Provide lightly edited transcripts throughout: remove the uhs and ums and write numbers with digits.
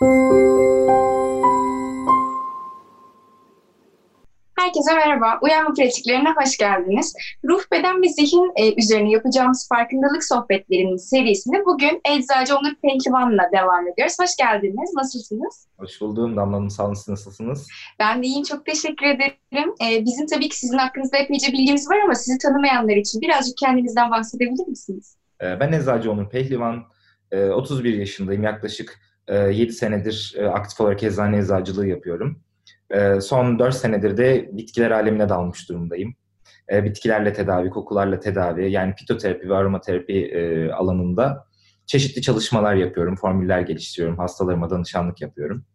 Herkese merhaba. Uyanma pratiklerine hoş geldiniz. Ruh, beden ve zihin üzerine yapacağımız farkındalık sohbetlerinin serisinde bugün Eczacı Onur Pehlivan'la devam ediyoruz. Hoş geldiniz. Nasılsınız? Hoş buldum. Damla Hanım, sağ olun. Siz nasılsınız? Ben de iyiyim. Çok teşekkür ederim. Bizim tabii ki sizin hakkınızda epeyce bilgimiz var ama sizi tanımayanlar için birazcık kendinizden bahsedebilir misiniz? Ben Eczacı Onur Pehlivan. 31 yaşındayım. Yaklaşık 7 senedir aktif olarak eczane eczacılığı yapıyorum. Son 4 senedir de bitkiler alemine dalmış durumdayım. Bitkilerle tedavi, kokularla tedavi, yani fitoterapi ve aromaterapi alanında çeşitli çalışmalar yapıyorum. Formüller geliştiriyorum. Hastalarıma danışanlık yapıyorum.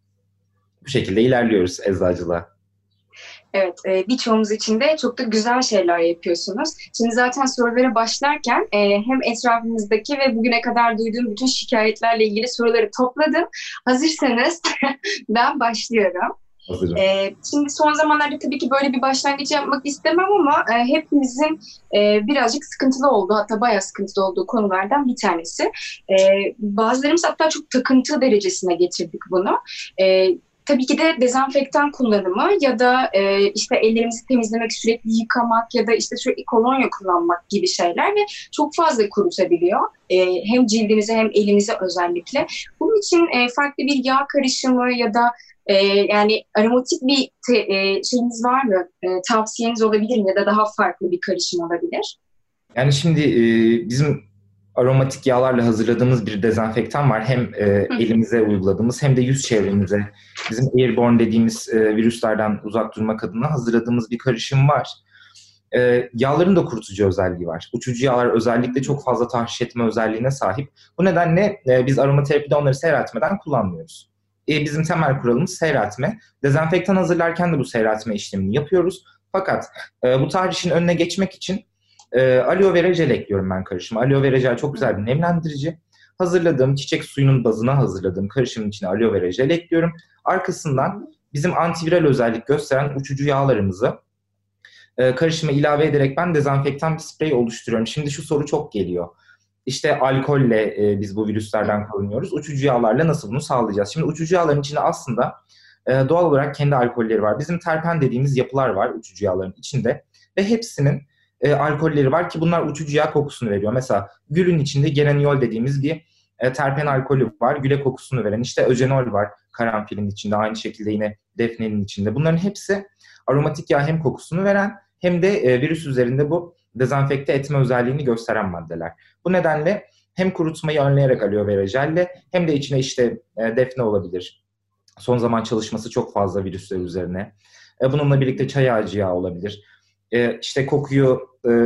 Bu şekilde ilerliyoruz eczacılığa. Evet, birçoğumuz için de çok da güzel şeyler yapıyorsunuz. Şimdi zaten sorulara başlarken hem etrafımızdaki ve bugüne kadar duyduğum bütün şikayetlerle ilgili soruları topladım. Hazırsanız ben başlıyorum. Hazırım. Şimdi son zamanlarda tabii ki böyle bir başlangıç yapmak istemem ama hepimizin birazcık sıkıntılı olduğu, hatta bayağı sıkıntılı olduğu konulardan bir tanesi. Bazılarımız hatta çok takıntı derecesine getirdik bunu. Tabii ki de dezenfektan kullanımı ya da işte ellerimizi temizlemek, sürekli yıkamak ya da işte sürekli kolonya kullanmak gibi şeyler ve çok fazla kurutabiliyor. Hem cildimize hem elimize özellikle. Bunun için farklı bir yağ karışımı ya da yani aromatik bir şeyiniz var mı? Tavsiyeniz olabilir mi? Ya da daha farklı bir karışım olabilir? Yani şimdi bizim aromatik yağlarla hazırladığımız bir dezenfektan var. Hem elimize uyguladığımız hem de yüz çevremize bizim airborne dediğimiz virüslerden uzak durmak adına hazırladığımız bir karışım var. Yağların da kurutucu özelliği var. Uçucu yağlar özellikle çok fazla tahriş etme özelliğine sahip. Bu nedenle biz aromaterapide onları seyreltmeden kullanmıyoruz. Bizim temel kuralımız seyreltme. Dezenfektan hazırlarken de bu seyreltme işlemini yapıyoruz. Fakat bu tahrişin önüne geçmek için aloe vera jel ekliyorum ben karışıma. Aloe vera jel çok güzel bir nemlendirici. Hazırladığım çiçek suyunun bazına hazırladığım karışımın içine aloe vera jel ekliyorum. Arkasından bizim antiviral özellik gösteren uçucu yağlarımızı karışıma ilave ederek ben dezenfektan bir sprey oluşturuyorum. Şimdi şu soru çok geliyor. İşte alkolle biz bu virüslerden korunuyoruz. Uçucu yağlarla nasıl bunu sağlayacağız? Şimdi uçucu yağların içinde aslında doğal olarak kendi alkolleri var. Bizim terpen dediğimiz yapılar var uçucu yağların içinde ve hepsinin alkolleri var ki bunlar uçucu yağ kokusunu veriyor. Mesela gülün içinde geraniol dediğimiz bir terpen alkolü var. Güle kokusunu veren. İşte öjenol var karanfilin içinde. Aynı şekilde yine defnenin içinde. Bunların hepsi aromatik yağ hem kokusunu veren hem de virüs üzerinde bu dezenfekte etme özelliğini gösteren maddeler. Bu nedenle hem kurutmayı önleyerek aloe vera jelle hem de içine işte defne olabilir. Son zaman çalışması çok fazla virüsler üzerine. Bununla birlikte çay ağacı yağı olabilir. İşte kokuyu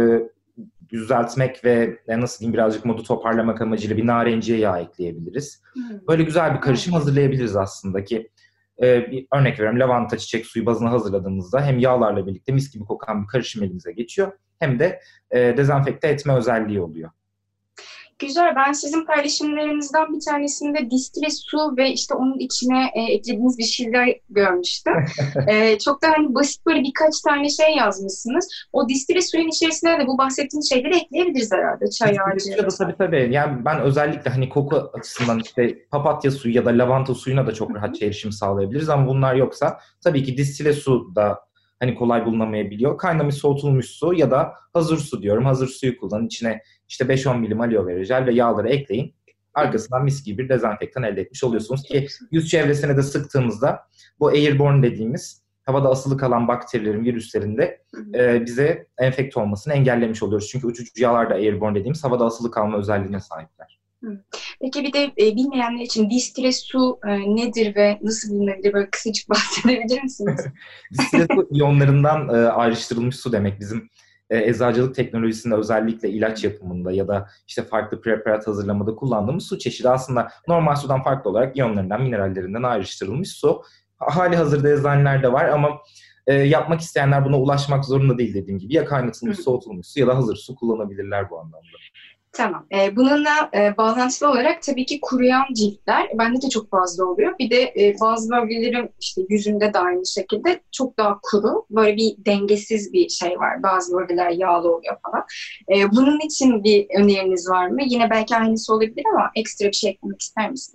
düzeltmek ve nasıl diyeyim birazcık modu toparlamak amacıyla bir narenciye yağı ekleyebiliriz. Böyle güzel bir karışım hazırlayabiliriz aslında ki bir örnek veriyorum, lavanta çiçek suyu bazını hazırladığımızda hem yağlarla birlikte mis gibi kokan bir karışım elimize geçiyor hem de dezenfekte etme özelliği oluyor. Güzel. Ben sizin paylaşımlarınızdan bir tanesinde distile su ve işte onun içine eklediğiniz bir şeyler görmüştüm. Çok da hani basit böyle birkaç tane şey yazmışsınız. O distile suyun içerisine de bu bahsettiğiniz şeyleri ekleyebiliriz herhalde. Çay ağacı. Tabii. Yani ben özellikle hani koku açısından işte papatya suyu ya da lavanta suyuna da çok rahat erişim sağlayabiliriz ama bunlar yoksa tabii ki distile su da hani kolay bulunamayabiliyor. Kaynamış soğutulmuş su ya da hazır su diyorum. Hazır suyu kullanın. İçine işte 5-10 milim aloe vera jel ve yağları ekleyin. Arkasından mis gibi bir dezenfektan elde etmiş oluyorsunuz ki yüz çevresine de sıktığımızda bu airborne dediğimiz havada asılı kalan bakterilerin, virüslerin de bize enfekte olmasını engellemiş oluyoruz. Çünkü uçucu yağlar da airborne dediğimiz havada asılı kalma özelliğine sahipler. Peki bir de bilmeyenler için distile su nedir ve nasıl bulunabilir? Böyle kısacık bahsedebilir misiniz? Distile su iyonlarından ayrıştırılmış su demek. Bizim eczacılık teknolojisinde özellikle ilaç yapımında ya da işte farklı preparat hazırlamada kullandığımız su çeşidi aslında normal sudan farklı olarak iyonlarından, minerallerinden ayrıştırılmış su. Hali hazırda eczanelerde var ama yapmak isteyenler buna ulaşmak zorunda değil dediğim gibi. Ya kaynatılmış, soğutulmuş su ya da hazır su kullanabilirler bu anlamda. Tamam. Bununla bağlantılı olarak tabii ki kuruyan ciltler bende de çok fazla oluyor. Bir de bazı bölgelerim işte yüzümde de aynı şekilde çok daha kuru. Böyle bir dengesiz bir şey var. Bazı bölgeler yağlı oluyor falan. Bunun için bir öneriniz var mı? Yine belki aynısı olabilir ama ekstra bir şey eklemek ister misiniz?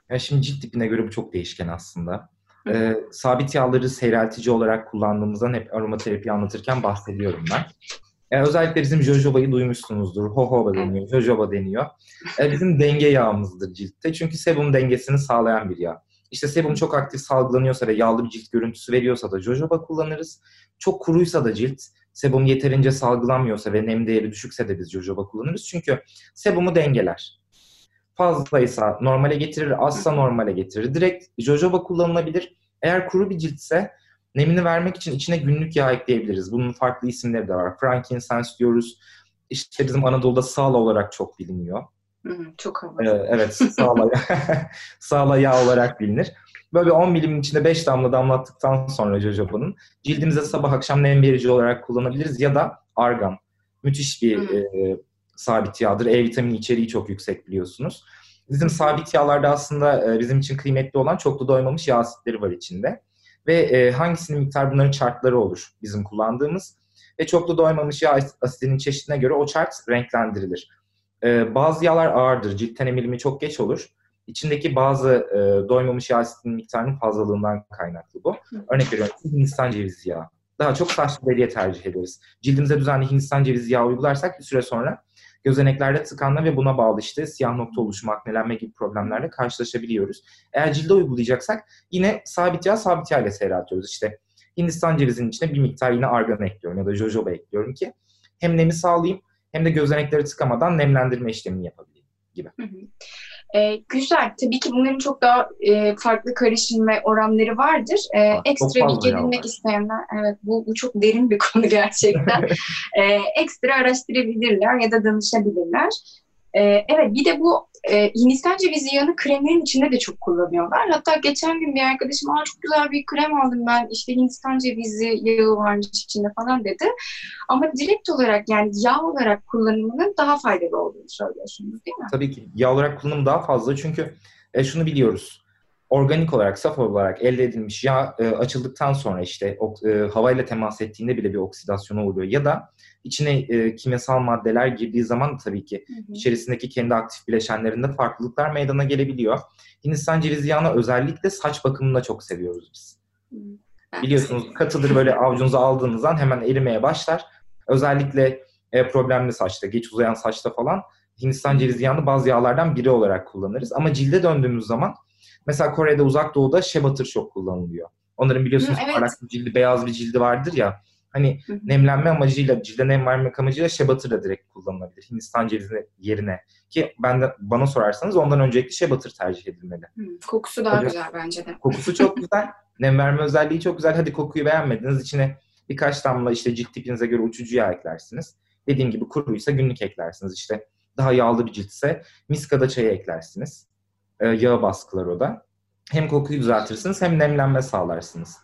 Yani şimdi cilt tipine göre bu çok değişken aslında. Sabit yağları seyreltici olarak kullandığımızdan hep aromaterapi anlatırken bahsediyorum ben. Özellikle bizim jojoba'yı duymuşsunuzdur. Jojoba deniyor, jojoba deniyor. Bizim denge yağımızdır ciltte. Çünkü sebum dengesini sağlayan bir yağ. İşte sebum çok aktif salgılanıyorsa ve yağlı bir cilt görüntüsü veriyorsa da jojoba kullanırız. Çok kuruysa da cilt, sebum yeterince salgılanmıyorsa ve nem değeri düşükse de biz jojoba kullanırız. Çünkü sebumu dengeler. Fazlaysa normale getirir, azsa normale getirir. Direkt jojoba kullanılabilir. Eğer kuru bir ciltse nemini vermek için içine günlük yağ ekleyebiliriz. Bunun farklı isimleri de var. Frankincense diyoruz. İşte bizim Anadolu'da sağla olarak çok biliniyor. Çok havalı. Evet, sağla yağ olarak bilinir. Böyle 10 milimin içinde 5 damla damlattıktan sonra jojoba'nın cildimize sabah akşam nem verici olarak kullanabiliriz. Ya da argan. Müthiş bir sabit yağdır. E vitamini içeriği çok yüksek biliyorsunuz. Bizim sabit yağlarda aslında bizim için kıymetli olan çoklu doymamış yağ asitleri var içinde. Ve hangisinin miktar bunların chartları olur bizim kullandığımız. Ve çoklu doymamış yağ asitinin çeşidine göre o chart renklendirilir. Bazı yağlar ağırdır. Ciltten emilimi çok geç olur. İçindeki bazı doymamış yağ asitinin miktarının fazlalığından kaynaklı bu. Örnek veriyorum, Hindistan cevizi yağı. Daha çok saçlı deriye tercih ederiz. Cildimize düzenli Hindistan cevizi yağı uygularsak bir süre sonra gözeneklerde tıkanma ve buna bağlı işte siyah nokta oluşumu, aknelenme gibi problemlerle karşılaşabiliyoruz. Eğer cilde uygulayacaksak yine sabit yağ ile seyreltiyoruz. İşte Hindistan cevizinin içine bir miktar yine argan ekliyorum ya da jojoba ekliyorum ki hem nemi sağlayayım hem de gözenekleri tıkamadan nemlendirme işlemini yapabileyim gibi. Güzel. Tabii ki bunların çok daha farklı karışım ve oranları vardır. Ekstra bilgi edinmek isteyenler, evet bu çok derin bir konu gerçekten. Ekstra araştırabilirler ya da danışabilirler. Evet, bir de bu Hindistan cevizi yağını kremlerin içinde de çok kullanıyorlar. Hatta geçen gün bir arkadaşım çok güzel bir krem aldım ben, işte Hindistan cevizi yağı varmış içinde falan dedi. Ama direkt olarak yani yağ olarak kullanımının daha faydalı olduğunu söylüyorsunuz değil mi? Tabii ki yağ olarak kullanım daha fazla çünkü şunu biliyoruz. Organik olarak, saf olarak elde edilmiş yağ açıldıktan sonra işte havayla temas ettiğinde bile bir oksidasyona uğruyor. Ya da içine kimyasal maddeler girdiği zaman tabii ki içerisindeki kendi aktif bileşenlerinde farklılıklar meydana gelebiliyor. Hindistan cevizi yağını özellikle saç bakımında çok seviyoruz biz. Biliyorsunuz katıdır, böyle avucunuza aldığınızdan hemen erimeye başlar. Özellikle problemli saçta, geç uzayan saçta falan Hindistan cevizi yağını bazı yağlardan biri olarak kullanırız. Ama cilde döndüğümüz zaman mesela Kore'de, Uzak Doğu'da shea butter çok kullanılıyor. Onların biliyorsunuz parlak bir cildi, beyaz bir cildi vardır ya. Hani nemlenme amacıyla, cilde nem vermek amacıyla shea butter da direkt kullanılabilir. Hindistan cevizi yerine. Ki bana sorarsanız ondan öncelikle shea butter tercih edilmeli. Kokusu daha güzel bence de. Kokusu çok güzel. Nem verme özelliği çok güzel. Hadi kokuyu beğenmediniz, içine birkaç damla işte cilt tipinize göre uçucu yağ eklersiniz. Dediğim gibi kuruysa günlük eklersiniz. İşte daha yağlı bir ciltse miskada çayı eklersiniz. Yağı baskılar o da. Hem kokuyu düzeltirsiniz hem nemlenme sağlarsınız.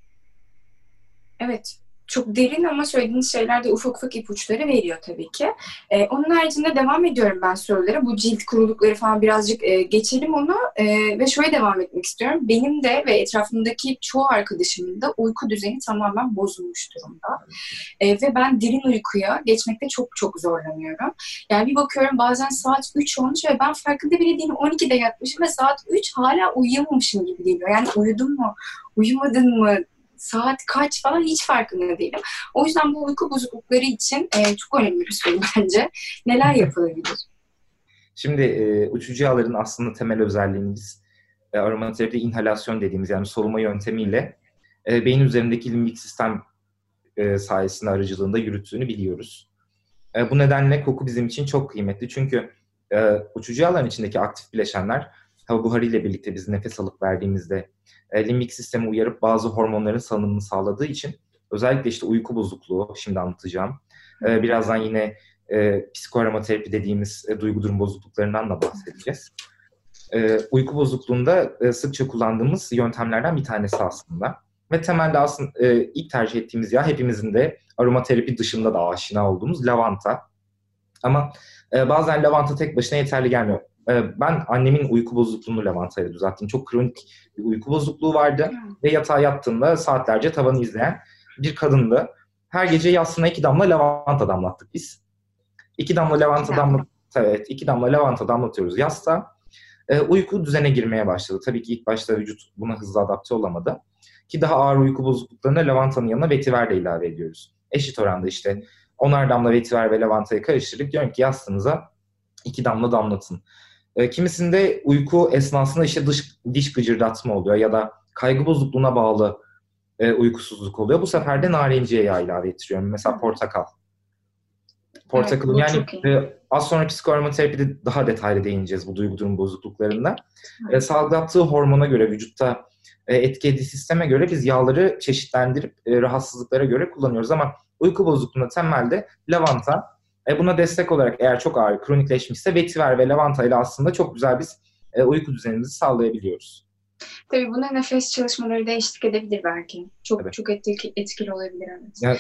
Evet. Çok derin ama söylediğiniz şeyler de ufak ufak ipuçları veriyor tabii ki. Onun haricinde devam ediyorum ben sorulara. Bu cilt kurulukları falan birazcık geçelim onu ve şöyle devam etmek istiyorum. Benim de ve etrafımdaki çoğu arkadaşımın da uyku düzeni tamamen bozulmuş durumda. Ve ben derin uykuya geçmekte çok çok zorlanıyorum. Yani bir bakıyorum bazen saat 3 olmuş ve ben farkında bile değilim, 12'de yatmışım ve saat 3 hala uyuyamamışım gibi geliyor. Yani uyudun mu, uyumadın mı? Saat kaç falan hiç farkında değilim. O yüzden bu uyku bozuklukları için çok önemli bir soru bence. Neler yapılabilir? Şimdi uçucu yağların aslında temel özelliğini biz aromaterapide inhalasyon dediğimiz yani soluma yöntemiyle beyin üzerindeki limbik sistem sayesinde aracılığında yürüttüğünü biliyoruz. Bu nedenle koku bizim için çok kıymetli. Çünkü uçucu yağların içindeki aktif bileşenler hava buharı ile birlikte biz nefes alıp verdiğimizde limbik sistemi uyarıp bazı hormonların salınımını sağladığı için özellikle işte uyku bozukluğu, şimdi anlatacağım. Birazdan yine psikoaromaterapi dediğimiz duygu durum bozukluklarından da bahsedeceğiz. Uyku bozukluğunda sıkça kullandığımız yöntemlerden bir tanesi aslında. Ve temelde aslında ilk tercih ettiğimiz yağ hepimizin de aromaterapi dışında da aşina olduğumuz lavanta. Ama bazen lavanta tek başına yeterli gelmiyor. Ben annemin uyku bozukluğunu lavantayla düzelttim. Çok kronik bir uyku bozukluğu vardı ve yatağa yattığında saatlerce tavanı izleyen bir kadındı. Her gece yastığına 2 damla lavanta damlattık biz. 2 damla lavanta damlatıyoruz yastığa. uyku düzene girmeye başladı. Tabii ki ilk başta vücut buna hızlı adapte olamadı. Ki daha ağır uyku bozukluklarına lavantanın yanına vetiver de ilave ediyoruz. Eşit oranda işte 10'ar damla vetiver ve lavantayı karıştırıp diyorum ki yastığınıza 2 damla damlatın. Kimisinde uyku esnasında işte diş gıcırdatma oluyor ya da kaygı bozukluğuna bağlı uykusuzluk oluyor. Bu sefer de narenciye yağı ilave ettiriyorum. Mesela portakal. Portakalın Evet, bu yani çok iyi. az sonra psikoaromaterapide daha detaylı değineceğiz bu duygu durum bozukluklarında. Salgılattığı hormona göre, vücutta etki edici sisteme göre biz yağları çeşitlendirip rahatsızlıklara göre kullanıyoruz. Ama uyku bozukluğunda temelde lavanta, buna destek olarak eğer çok ağır, kronikleşmişse vetiver ve lavanta ile aslında çok güzel biz uyku düzenimizi sağlayabiliyoruz. Tabii buna nefes çalışmaları da eşlik edebilir belki. Çok Tabii. çok etkili olabilir, evet. Ya,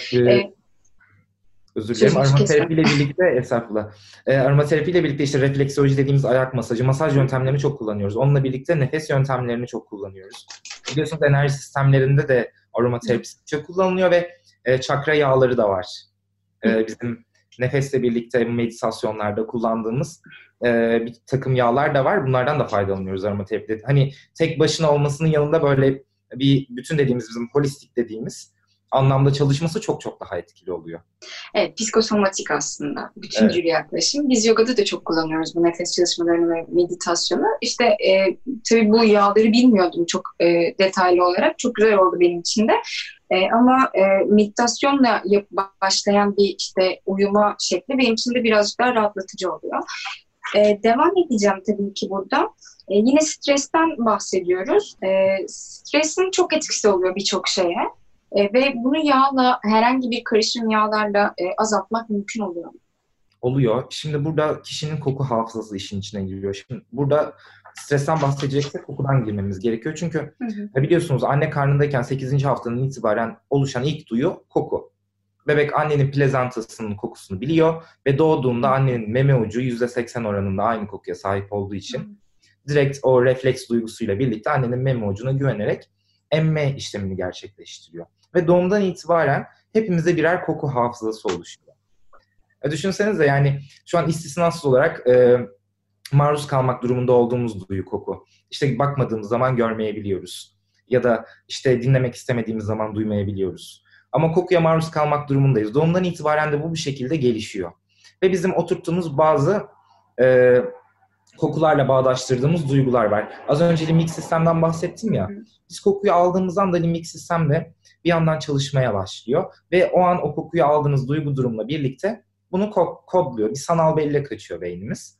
özür dilerim. Sözünüzü kestim. Aromaterapiyle birlikte estağfurullah. Aromaterapiyle birlikte işte refleksoloji dediğimiz ayak masajı, masaj yöntemlerini çok kullanıyoruz. Onunla birlikte nefes yöntemlerini çok kullanıyoruz. Biliyorsunuz enerji sistemlerinde de aromaterapi çok kullanılıyor ve çakra yağları da var. Bizim nefesle birlikte meditasyonlarda kullandığımız bir takım yağlar da var. Bunlardan da faydalanıyoruz aromaterapide. Hani tek başına olmasının yanında böyle bir bütün dediğimiz bizim holistik dediğimiz anlamda çalışması çok çok daha etkili oluyor. Evet, psikosomatik aslında. Bütüncül Evet. yaklaşım. Biz yogada da çok kullanıyoruz bu nefes çalışmalarını ve meditasyonu. İşte tabii bu yağları bilmiyordum çok detaylı olarak. Çok güzel oldu benim için de. Ama meditasyonla başlayan bir işte uyuma şekli benim için de birazcık daha rahatlatıcı oluyor. Devam edeceğim tabii ki burada. Yine stresten bahsediyoruz. Stresin çok etkisi oluyor birçok şeye. Ve bunu yağla, herhangi bir karışım yağlarla azaltmak mümkün oluyor. Oluyor. Şimdi burada kişinin koku hafızası işin içine giriyor. Şimdi burada stresten bahsedeceksek kokudan girmemiz gerekiyor. Çünkü biliyorsunuz anne karnındayken 8. haftanın itibaren oluşan ilk duyu koku. Bebek annenin plezantasının kokusunu biliyor ve doğduğunda annenin meme ucu %80 oranında aynı kokuya sahip olduğu için direkt o refleks duygusuyla birlikte annenin meme ucuna güvenerek emme işlemini gerçekleştiriyor. Ve doğumdan itibaren hepimize birer koku hafızası oluşuyor. Düşünsenize yani şu an istisnasız olarak maruz kalmak durumunda olduğumuz duyu koku. İşte bakmadığımız zaman görmeyebiliyoruz. Ya da işte dinlemek istemediğimiz zaman duymayabiliyoruz. Ama kokuya maruz kalmak durumundayız. Doğumdan itibaren de bu bir şekilde gelişiyor. Ve bizim oturttuğumuz bazı kokularla bağdaştırdığımız duygular var. Az önce limbik sistemden bahsettim ya. Biz kokuyu aldığımız anda limbik sistem de bir yandan çalışmaya başlıyor. Ve o an o kokuyu aldığınız duygu durumla birlikte bunu kodluyor. Bir sanal bellek açıyor beynimiz.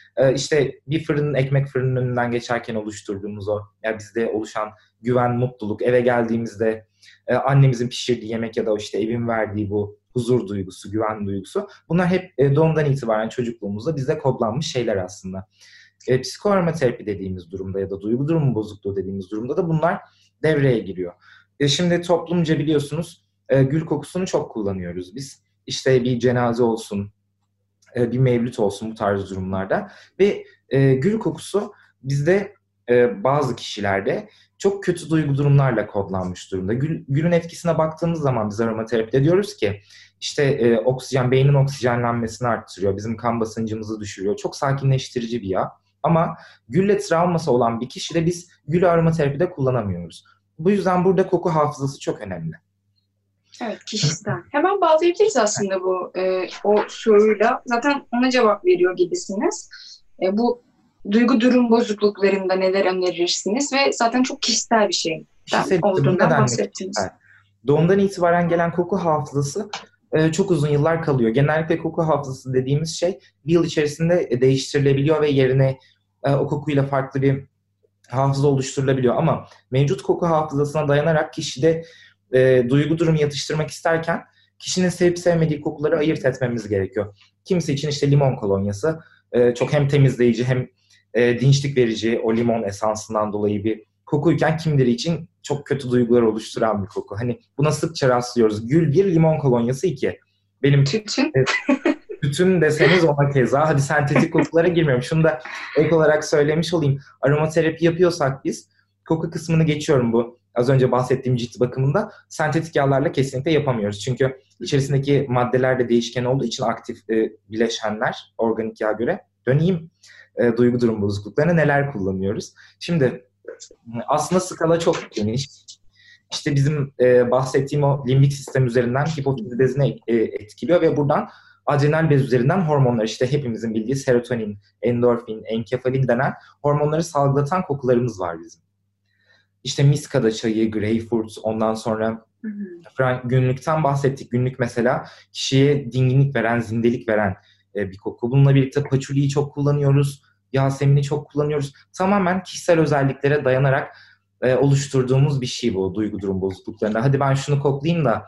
İşte bir fırının, ekmek fırının önünden geçerken oluşturduğumuz o, yani bizde oluşan güven, mutluluk, eve geldiğimizde annemizin pişirdiği yemek ya da işte evin verdiği bu huzur duygusu, güven duygusu. Bunlar hep doğumdan itibaren çocukluğumuzda bize kodlanmış şeyler aslında. Psikoaromaterapi dediğimiz durumda ya da duygu durumu bozukluğu dediğimiz durumda da bunlar devreye giriyor. Şimdi toplumca biliyorsunuz gül kokusunu çok kullanıyoruz biz. İşte bir cenaze olsun, bir mevlüt olsun bu tarz durumlarda. Ve gül kokusu bizde bazı kişilerde çok kötü duygu durumlarla kodlanmış durumda. Gülün etkisine baktığımız zaman biz aromaterapide diyoruz ki işte oksijen, beynin oksijenlenmesini arttırıyor, bizim kan basıncımızı düşürüyor. Çok sakinleştirici bir yağ. Ama gülle travması olan bir kişide biz gülü aromaterapide kullanamıyoruz. Bu yüzden burada koku hafızası çok önemli. Evet, kişisel. Hemen bağlayabiliriz aslında bu o soruyla. Zaten ona cevap veriyor gibisiniz. Bu duygu durum bozukluklarında neler önerirsiniz ve zaten çok kişisel bir şey Kişisel bu olduğundan nedenle bahsettiniz. kişisel. Doğumdan itibaren gelen koku hafızası çok uzun yıllar kalıyor. Genellikle koku hafızası dediğimiz şey bir yıl içerisinde değiştirilebiliyor ve yerine o kokuyla farklı bir hafıza oluşturulabiliyor. Ama mevcut koku hafızasına dayanarak kişide duygu durumu yatıştırmak isterken kişinin sevip sevmediği kokuları ayırt etmemiz gerekiyor. Kimisi için işte limon kolonyası çok hem temizleyici hem dinçlik verici o limon esansından dolayı bir kokuyken kimileri için çok kötü duygular oluşturan bir koku. Hani buna sıkça rastlıyoruz. Gül 1, limon kolonyası 2. Benim Tütün. Tütün deseniz ona keza. Hadi sentetik kokulara girmiyorum. Şunu da ek olarak söylemiş olayım. Aromaterapi yapıyorsak biz koku kısmını geçiyorum bu. Az önce bahsettiğim cilt bakımında sentetik yağlarla kesinlikle yapamıyoruz. Çünkü içerisindeki maddeler de değişken olduğu için aktif bileşenler organik yağa göre. Döneyim. duygu durum bozukluklarına neler kullanıyoruz? Şimdi aslında skala çok geniş. İşte bizim bahsettiğim o limbik sistem üzerinden hipofiz bezine etkiliyor ve buradan adrenal bez üzerinden hormonlar, işte hepimizin bildiği serotonin, endorfin, enkefalin denen hormonları salgılatan kokularımız var bizim. İşte miskada çayı, greyfurt, ondan sonra günlükten bahsettik. Günlük mesela kişiye dinginlik veren, zindelik veren bir koku. Bununla birlikte paçuliyi çok kullanıyoruz, yasemini çok kullanıyoruz. Tamamen kişisel özelliklere dayanarak oluşturduğumuz bir şey bu duygu durum bozukluklarında. Hadi ben şunu koklayayım da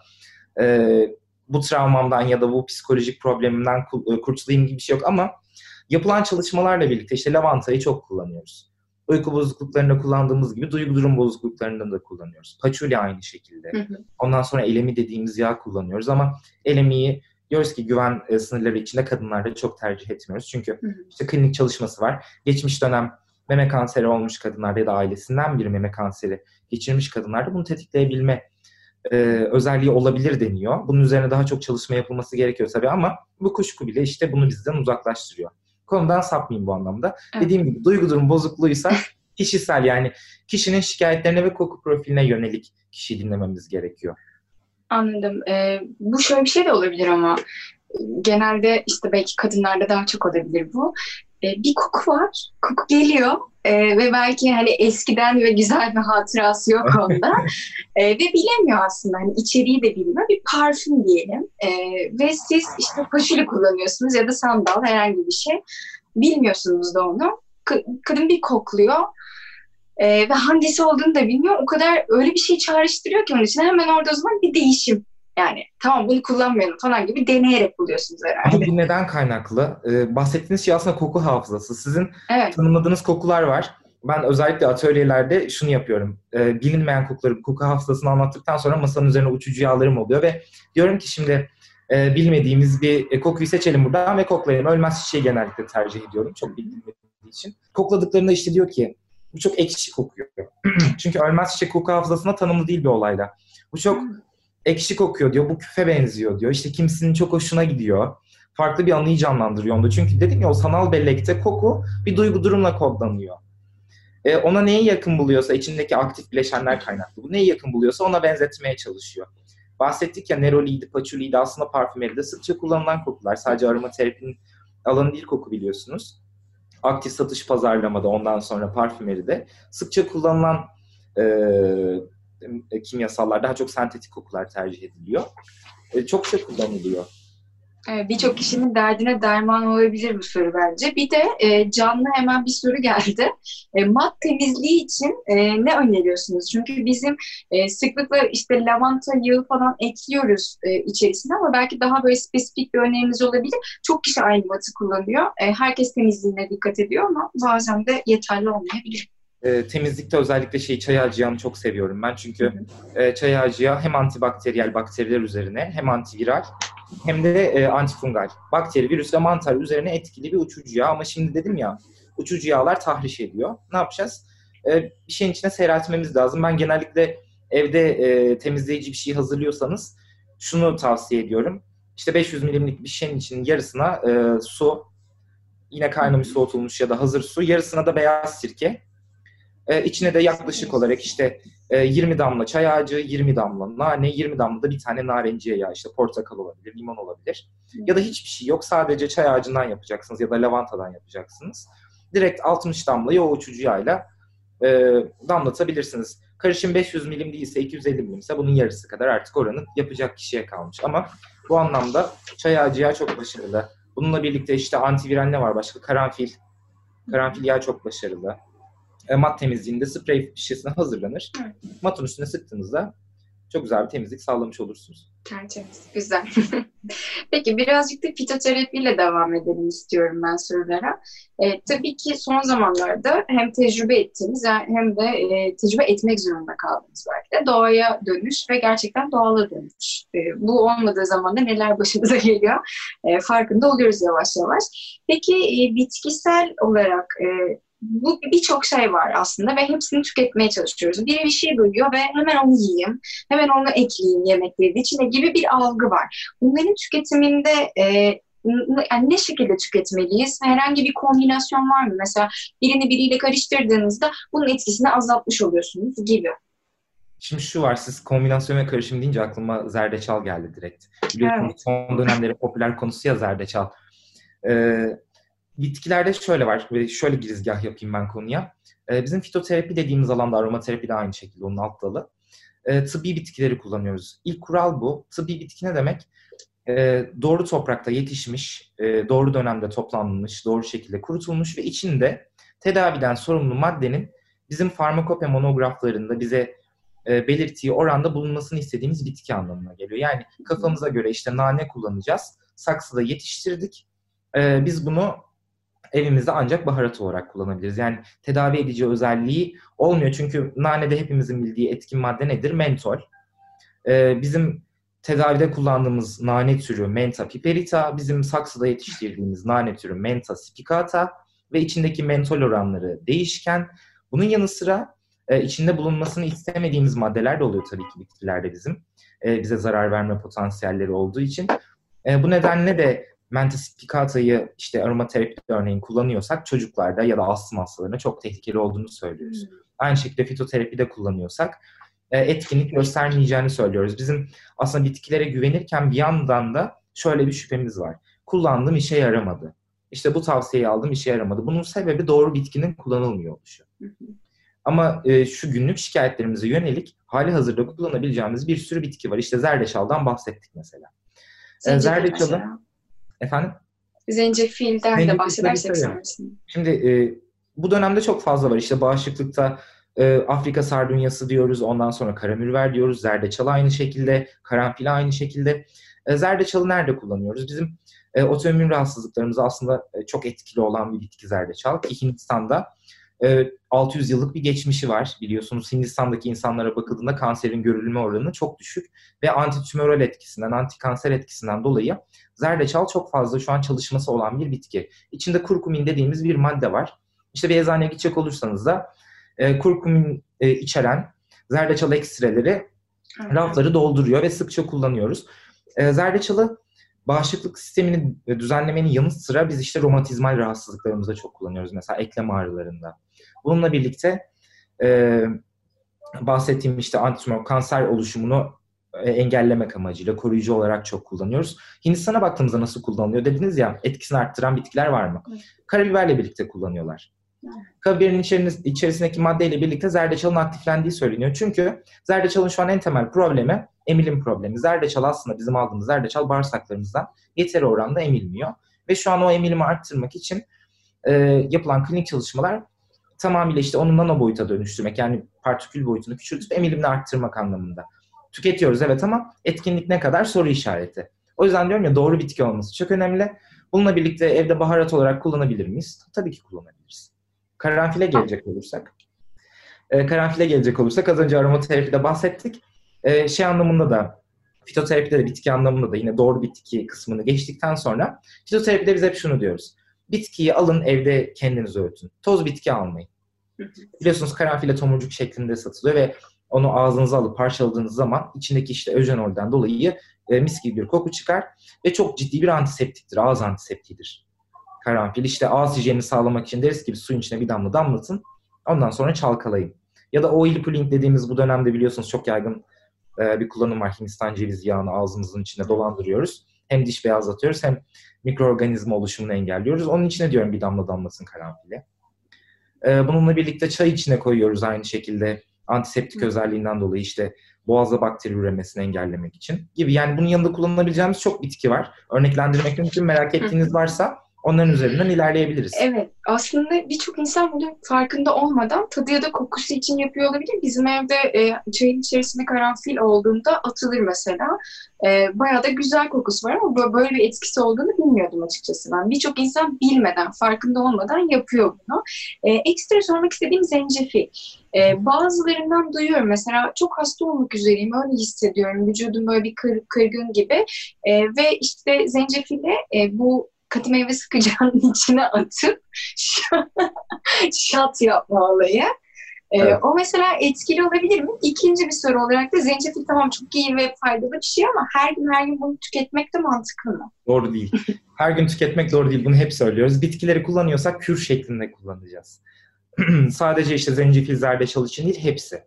bu travmamdan ya da bu psikolojik problemimden kurtulayım gibi bir şey yok ama yapılan çalışmalarla birlikte işte lavantayı çok kullanıyoruz. Uyku bozukluklarında kullandığımız gibi duygu durum bozukluklarında da kullanıyoruz. Paçuli aynı şekilde. Ondan sonra elemi dediğimiz yağ kullanıyoruz ama elemiyi diyoruz ki güven sınırları içinde kadınlarda çok tercih etmiyoruz. Çünkü işte klinik çalışması var. Geçmiş dönem meme kanseri olmuş kadınlarda ya da ailesinden biri meme kanseri geçirmiş kadınlarda bunu tetikleyebilme özelliği olabilir deniyor. Bunun üzerine daha çok çalışma yapılması gerekiyor tabii ama bu kuşku bile işte bunu bizden uzaklaştırıyor. Konudan sapmayayım bu anlamda. Evet. Dediğim gibi duygu durum bozukluğuysa kişisel, yani kişinin şikayetlerine ve koku profiline yönelik kişiyi dinlememiz gerekiyor. Anladım. Bu şöyle bir şey de olabilir ama genelde işte belki kadınlarda daha çok olabilir bu. Bir koku var, koku geliyor ve belki hani eskiden ve güzel bir hatırası yok onda ve bilemiyor aslında, hani içeriği de bilmiyor, bir parfüm diyelim ve siz işte paşuli kullanıyorsunuz ya da sandal, herhangi bir şey, bilmiyorsunuz da onu. Kadın bir kokluyor ve hangisi olduğunu da bilmiyor, o kadar öyle bir şey çağrıştırıyor ki onun için hemen orada o zaman bir değişim. Yani tamam bunu kullanmayalım falan gibi deneyerek buluyorsunuz herhalde. Ama bu neden kaynaklı? Bahsettiğiniz şey aslında koku hafızası. Sizin tanımladığınız kokular var. Ben özellikle atölyelerde şunu yapıyorum. Bilinmeyen kokuları, koku hafızasını anlattıktan sonra masanın üzerine uçucu yağlarım oluyor ve diyorum ki şimdi bilmediğimiz bir kokuyu seçelim buradan ve koklayalım. Ölmez çiçeği genellikle tercih ediyorum. Çok bilmediği için. Kokladıklarında işte diyor ki bu çok ekşi kokuyor. Çünkü ölmez çiçek koku hafızasına tanımlı değil bir olayla. Bu çok ekşi kokuyor diyor. Bu küfe benziyor diyor. İşte kimisinin çok hoşuna gidiyor. Farklı bir anıyı canlandırıyor onda. Çünkü dedim ya, o sanal bellekte koku bir duygu durumla kodlanıyor. Ona neye yakın buluyorsa, içindeki aktif bileşenler kaynaklı. Bu neye yakın buluyorsa ona benzetmeye çalışıyor. Bahsettik ya, neroliydi, paçuliydi, aslında parfümeride sıkça kullanılan kokular. Sadece aromaterapinin alanı değil koku, biliyorsunuz. Aktif satış pazarlamada, ondan sonra parfümeride sıkça kullanılan kimyasallar, daha çok sentetik kokular tercih ediliyor. Çok şey kullanılıyor. Birçok kişinin derdine derman olabilir bu soru bence. Bir de canlı hemen bir soru geldi. Mat temizliği için ne öneriyorsunuz? Çünkü bizim sıklıkla işte lavanta yağı falan ekliyoruz içerisine ama belki daha böyle spesifik bir öneriniz olabilir. Çok kişi aynı matı kullanıyor. Herkes temizliğine dikkat ediyor ama bazen de yeterli olmayabilir. Temizlikte özellikle çay ağacı yağını çok seviyorum ben. Çünkü çay ağacı yağı hem antibakteriyel bakteriler üzerine, hem antiviral, hem de antifungal. Bakteri, virüs ve mantar üzerine etkili bir uçucu yağ. Ama şimdi dedim ya, uçucu yağlar tahriş ediyor. Ne yapacağız? Bir şeyin içine seyreltmemiz lazım. Ben genellikle evde temizleyici bir şey hazırlıyorsanız şunu tavsiye ediyorum. İşte 500 milimlik bir şeyin içinin yarısına su, yine kaynamış soğutulmuş ya da hazır su, yarısına da beyaz sirke. İçine de yaklaşık olarak işte 20 damla çay ağacı, 20 damla nane, 20 damla da bir tane narenciye yağı, işte portakal olabilir, limon olabilir. Ya da hiçbir şey yok, sadece çay ağacından yapacaksınız ya da lavantadan yapacaksınız. Direkt 60 damlayı o uçucu yağıyla damlatabilirsiniz. Karışım 500 milim değilse, 250 milimse bunun yarısı kadar artık oranı yapacak kişiye kalmış. Ama bu anlamda çay ağacı yağı çok başarılı. Bununla birlikte işte antiviral ne var başka? Karanfil. Karanfil yağı çok başarılı. Mat temizliğinde sprey şişesine hazırlanır. Evet. Matın üstüne sıktığınızda çok güzel bir temizlik sağlamış olursunuz. Tertemiz, güzel. Peki birazcık da fitoterapiyle devam edelim istiyorum ben sorulara. Tabii ki son zamanlarda hem tecrübe ettiğimiz hem de tecrübe etmek zorunda kaldığımız belki de doğaya dönüş ve gerçekten doğala dönüş. Bu olmadığı zaman da neler başımıza geliyor farkında oluyoruz yavaş yavaş. Peki bitkisel olarak bu birçok şey var aslında ve hepsini tüketmeye çalışıyoruz. Biri bir şey duyuyor ve hemen onu yiyeyim, hemen onu ekleyeyim yemeklerin içine gibi bir algı var. Bunların tüketiminde Yani ne şekilde tüketmeliyiz? Herhangi bir kombinasyon var mı? Mesela birini biriyle karıştırdığınızda bunun etkisini azaltmış oluyorsunuz gibi. Şimdi şu var, siz kombinasyon ve karışım deyince aklıma zerdeçal geldi direkt. Biliyorsunuz Evet. son dönemlerin popüler konusu ya zerdeçal. Bitkilerde şöyle var ve şöyle girizgah yapayım ben konuya. Bizim fitoterapi dediğimiz alanda aromaterapi de aynı şekilde onun alt dalı. Tıbbi bitkileri kullanıyoruz. İlk kural bu. Tıbbi bitki ne demek? Doğru toprakta yetişmiş, doğru dönemde toplanmış, doğru şekilde kurutulmuş ve içinde tedaviden sorumlu maddenin bizim farmakope monograflarında bize belirttiği oranda bulunmasını istediğimiz bitki anlamına geliyor. Yani kafamıza göre işte nane kullanacağız, saksıda yetiştirdik. Biz bunu evimizde ancak baharat olarak kullanabiliriz. Yani tedavi edici özelliği olmuyor. Çünkü nanede hepimizin bildiği etkin madde nedir? Mentol. Bizim tedavide kullandığımız nane türü Mentha piperita, bizim saksıda yetiştirdiğimiz nane türü Mentha spicata ve içindeki mentol oranları değişken. Bunun yanı sıra içinde bulunmasını istemediğimiz maddeler de oluyor tabii ki bitkilerde bizim. Bize zarar verme potansiyelleri olduğu için. Bu nedenle de Mentha spicata'yı işte aromaterapide örneğin kullanıyorsak çocuklarda ya da astım hastalarına çok tehlikeli olduğunu söylüyoruz. Aynı şekilde fitoterapide kullanıyorsak etkinlik göstermeyeceğini söylüyoruz. Bizim aslında bitkilere güvenirken bir yandan da şöyle bir şüphemiz var. Kullandım, işe yaramadı. İşte bu tavsiyeyi aldım, işe yaramadı. Bunun sebebi doğru bitkinin kullanılmıyor oluşu. Ama şu günlük şikayetlerimize yönelik hali hazırda kullanabileceğimiz bir sürü bitki var. İşte zerdeçaldan bahsettik mesela. Zencefil Zerdeçalı, mesela. efendim? Zencefilden de Zencefil tabii bahsedersek tabii. sonrasında. Şimdi bu dönemde çok fazla var. İşte bağışıklıkta Afrika sardunyası diyoruz, ondan sonra karamürver diyoruz, zerdeçal aynı şekilde, karanfil aynı şekilde. Zerdeçalı nerede kullanıyoruz? Bizim otoimmün rahatsızlıklarımıza aslında çok etkili olan bir bitki zerdeçal ki Hindistan'da 600 yıllık bir geçmişi var. Biliyorsunuz Hindistan'daki insanlara bakıldığında kanserin görülme oranı çok düşük ve antitümöral etkisinden, antikanser etkisinden dolayı zerdeçal çok fazla şu an çalışması olan bir bitki. İçinde kurkumin dediğimiz bir madde var. İşte bir eczaneye gidecek olursanız da kurkumin içeren zerdeçal ekstreleri rafları dolduruyor ve sıkça kullanıyoruz. Zerdeçalı bağışıklık sistemini düzenlemenin yanı sıra biz işte romatizmal rahatsızlıklarımızda çok kullanıyoruz. Mesela eklem ağrılarında. Bununla birlikte bahsettiğim işte antitümör kanser oluşumunu engellemek amacıyla koruyucu olarak çok kullanıyoruz. Hindistan'a baktığımızda nasıl kullanılıyor dediniz ya, etkisini arttıran bitkiler var mı? Karabiberle birlikte kullanıyorlar. Karabiberin içerisindeki maddeyle birlikte zerdeçalın aktiflendiği söyleniyor. Çünkü zerdeçalın şu an en temel problemi emilim problemi. Zerdeçal aslında bizim aldığımız zerdeçal bağırsaklarımızdan yeteri oranda emilmiyor. Ve şu an o emilimi arttırmak için yapılan klinik çalışmalar tamamıyla işte onu nano boyuta dönüştürmek, yani partikül boyutunu küçültüp emilimini arttırmak anlamında. Tüketiyoruz evet ama etkinlik ne kadar soru işareti. O yüzden diyorum ya, doğru bitki olması çok önemli. Bununla birlikte evde baharat olarak kullanabilir miyiz? Tabii ki kullanabiliriz. Karanfile gelecek olursak. Az önce aromaterapide bahsettik. Şey anlamında da, fitoterapide de bitki anlamında da yine doğru bitki kısmını geçtikten sonra fitoterapide biz hep şunu diyoruz. Bitkiyi alın, evde kendiniz öğütün. Toz bitki almayın. Biliyorsunuz karanfil tomurcuk şeklinde satılıyor ve onu ağzınıza alıp parçaladığınız zaman içindeki işte öjenolden dolayı mis gibi bir koku çıkar ve çok ciddi bir antiseptiktir, ağız antiseptiğidir. Karanfil işte ağız hijyenini sağlamak için deriz ki suyun içine bir damla damlatın, ondan sonra çalkalayın. Ya da oil pulling dediğimiz bu dönemde biliyorsunuz çok yaygın bir kullanım var. Hindistan cevizi yağını ağzımızın içine dolandırıyoruz. Hem diş beyazlatıyoruz hem mikroorganizma oluşumunu engelliyoruz. Onun içine diyorum bir damla damlasın karanfili. Bununla birlikte çay içine koyuyoruz aynı şekilde. Antiseptik özelliğinden dolayı işte boğazda bakteri üremesini engellemek için gibi. Yani bunun yanında kullanabileceğimiz çok bitki var. Örneklendirmek mümkün. Merak ettiğiniz varsa onların üzerinden ilerleyebiliriz. Evet, aslında birçok insan bunun farkında olmadan tadı ya da kokusu için yapıyor olabilir. Bizim evde çayın içerisinde karanfil olduğunda atılır mesela. Bayağı da güzel kokusu var ama böyle bir etkisi olduğunu bilmiyordum açıkçası ben. Birçok insan bilmeden, farkında olmadan yapıyor bunu. Ekstra sormak istediğim zencefil. Bazılarından duyuyorum mesela, çok hasta olmak üzereyim, öyle hissediyorum. Vücudum böyle bir kırgın gibi. Ve işte zencefili bu katı meyve sıkacağının içine atıp şat yapma olayı. Evet. O mesela etkili olabilir mi? İkinci bir soru olarak da zencefil tamam çok iyi ve faydalı bir şey ama her gün bunu tüketmek de mantıklı mı? Doğru değil. Her gün tüketmek doğru değil. Bunu hep söylüyoruz. Bitkileri kullanıyorsak kür şeklinde kullanacağız. Sadece işte zencefil, zerdeçal için değil, hepsi.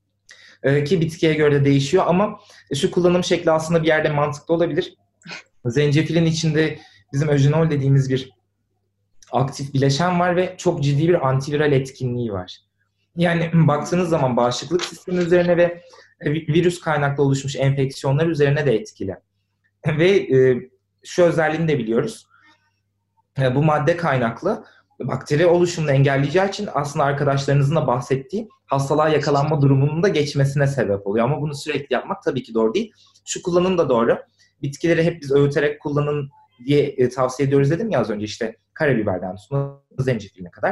Ki bitkiye göre de değişiyor ama şu kullanım şekli aslında bir yerde mantıklı olabilir. Zencefilin içinde bizim öjenol dediğimiz bir aktif bileşen var ve çok ciddi bir antiviral etkinliği var. Yani baktığınız zaman bağışıklık sistemi üzerine ve virüs kaynaklı oluşmuş enfeksiyonlar üzerine de etkili. Ve şu özelliğini de biliyoruz. Bu madde kaynaklı bakteri oluşumunu engelleyeceği için aslında arkadaşlarınızın da bahsettiği hastalığa yakalanma durumunun da geçmesine sebep oluyor. Ama bunu sürekli yapmak tabii ki doğru değil. Şu kullanım da doğru. Bitkileri hep biz öğüterek kullanın diye tavsiye ediyoruz dedim ya az önce, işte karabiberden tutun zencefil'ine kadar.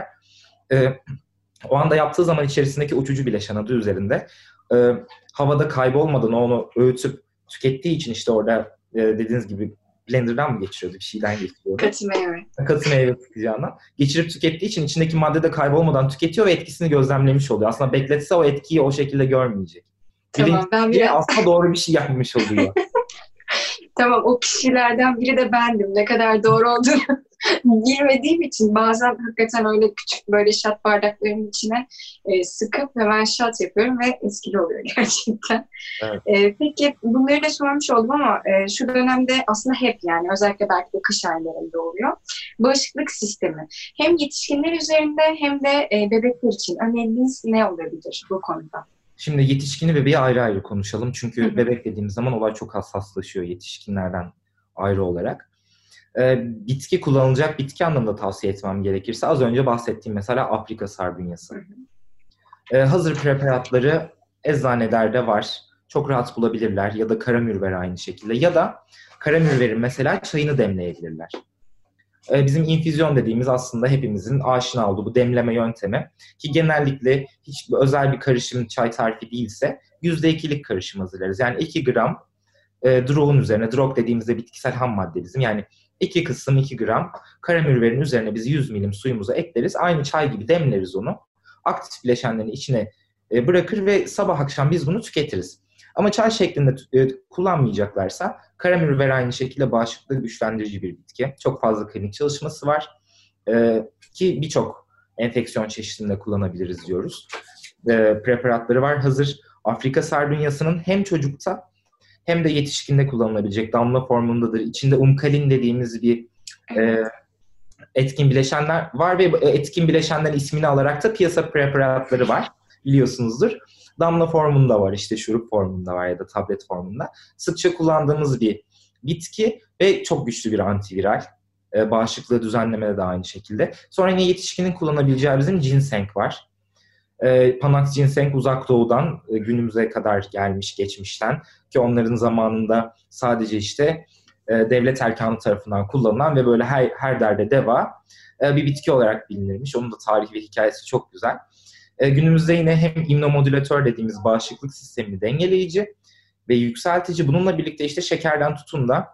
O anda yaptığı zaman içerisindeki uçucu bileşen adı üzerinde havada kaybolmadan onu öğütüp tükettiği için işte orada dediğiniz gibi blenderdan mı geçiriyordu, bir şeyden geçiriyordu. Katı meyve. Katı meyve sıkacağından. Geçirip tükettiği için içindeki madde de kaybolmadan tüketiyor ve etkisini gözlemlemiş oluyor. Aslında bekletse o etkiyi o şekilde görmeyecek. Tamam, ben Bilinçli biraz... aslında doğru bir şey yapmış oluyor. Tamam, o kişilerden biri de bendim. Ne kadar doğru olduğunu bilmediğim için bazen hakikaten öyle küçük böyle şat bardaklarının içine sıkıp hemen şat yapıyorum ve etkili oluyor gerçekten. Evet. Peki bunları da sormuş oldum ama şu dönemde aslında hep yani özellikle belki de kış aylarında oluyor. Bağışıklık sistemi hem yetişkinler üzerinde hem de bebekler için öneriniz ne olabilir bu konuda? Şimdi yetişkini bebeği ayrı ayrı konuşalım. Çünkü bebek dediğimiz zaman olay çok hassaslaşıyor yetişkinlerden ayrı olarak. Bitki kullanılacak bitki anlamında tavsiye etmem gerekirse az önce bahsettiğim mesela Afrika sardunyası. Hazır preparatları eczanelerde var. Çok rahat bulabilirler ya da karamürver aynı şekilde. Ya da karamürverin mesela çayını demleyebilirler. Bizim infüzyon dediğimiz aslında hepimizin aşina olduğu bu demleme yöntemi ki genellikle hiç özel bir karışım çay tarifi değilse %2'lik karışım hazırlarız. Yani 2 gram drog'un üzerine, drog dediğimizde bitkisel ham madde bizim, yani 2 kısım 2 gram karamürverin üzerine biz 100 milim suyumuzu ekleriz. Aynı çay gibi demleriz onu. Aktif bileşenlerini içine bırakır ve sabah akşam biz bunu tüketiriz. Ama çay şeklinde kullanmayacaklarsa karamürver aynı şekilde bağışıklığı güçlendirici bir bitki. Çok fazla klinik çalışması var. Ki birçok enfeksiyon çeşidinde kullanabiliriz diyoruz. Preparatları var hazır. Afrika sardunyasının hem çocukta hem de yetişkinde kullanılabilecek damla formundadır. İçinde umkalin dediğimiz bir etkin bileşenler var ve etkin bileşenlerin ismini alarak da piyasa preparatları var. Biliyorsunuzdur. Damla formunda var, işte şurup formunda var ya da tablet formunda. Sıkça kullandığımız bir bitki ve çok güçlü bir antiviral. Bağışıklığı düzenlemede de aynı şekilde. Sonra yine yetişkinin kullanabileceği bizim ginseng var. Panax ginseng uzak doğudan günümüze kadar gelmiş geçmişten ki onların zamanında sadece işte devlet erkanı tarafından kullanılan ve böyle her derde deva bir bitki olarak bilinirmiş. Onun da tarihi ve hikayesi çok güzel. Günümüzde yine hem immunomodülatör dediğimiz bağışıklık sistemini dengeleyici ve yükseltici, bununla birlikte işte şekerden tutun da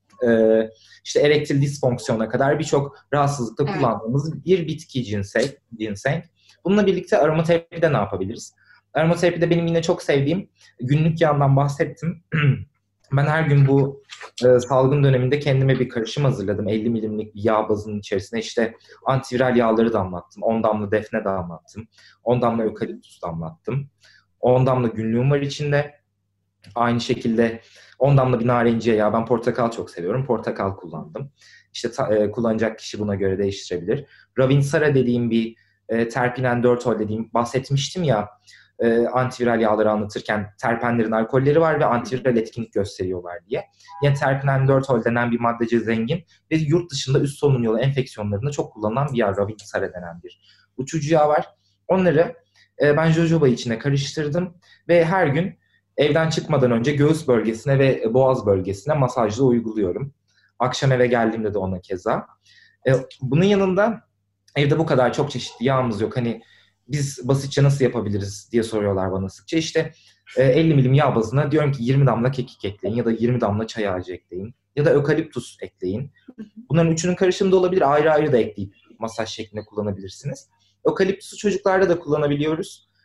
işte erektil disfonksiyona kadar birçok rahatsızlıkta kullandığımız bir bitki ginseng. Bununla birlikte aromaterapide ne yapabiliriz? Aromaterapide benim yine çok sevdiğim günlük yağından bahsettim. Ben her gün bu salgın döneminde kendime bir karışım hazırladım. 50 milimlik bir yağ bazının içerisine işte antiviral yağları damlattım. 10 damla defne damlattım. 10 damla ökaliptüs damlattım. 10 damla günlüğüm var içinde. Aynı şekilde 10 damla bir narenciye yağı. Ben portakal çok seviyorum. Portakal kullandım. İşte kullanacak kişi buna göre değiştirebilir. Ravinsara dediğim bir terpinen 4-ol dediğim bahsetmiştim ya, antiviral yağları anlatırken terpenlerin alkolleri var ve antiviral etkinlik gösteriyorlar diye. Yine terpinen 4-ol denen bir maddece zengin ve yurt dışında üst solunum yolu enfeksiyonlarında çok kullanılan bir yağ, Ravinsara denen bir uçucu yağ var. Onları ben jojoba içine karıştırdım ve her gün evden çıkmadan önce göğüs bölgesine ve boğaz bölgesine masajla uyguluyorum. Akşam eve geldiğimde de ona keza. Bunun yanında evde bu kadar çok çeşitli yağımız yok. Hani biz basitçe nasıl yapabiliriz diye soruyorlar bana sıkça. İşte 50 milim yağ bazına diyorum ki 20 damla kekik ekleyin ya da 20 damla çay ağacı ekleyin ya da ökaliptus ekleyin. Bunların üçünün karışımı da olabilir. Ayrı ayrı da ekleyip masaj şeklinde kullanabilirsiniz. Ökaliptusu çocuklarda da kullanabiliyoruz.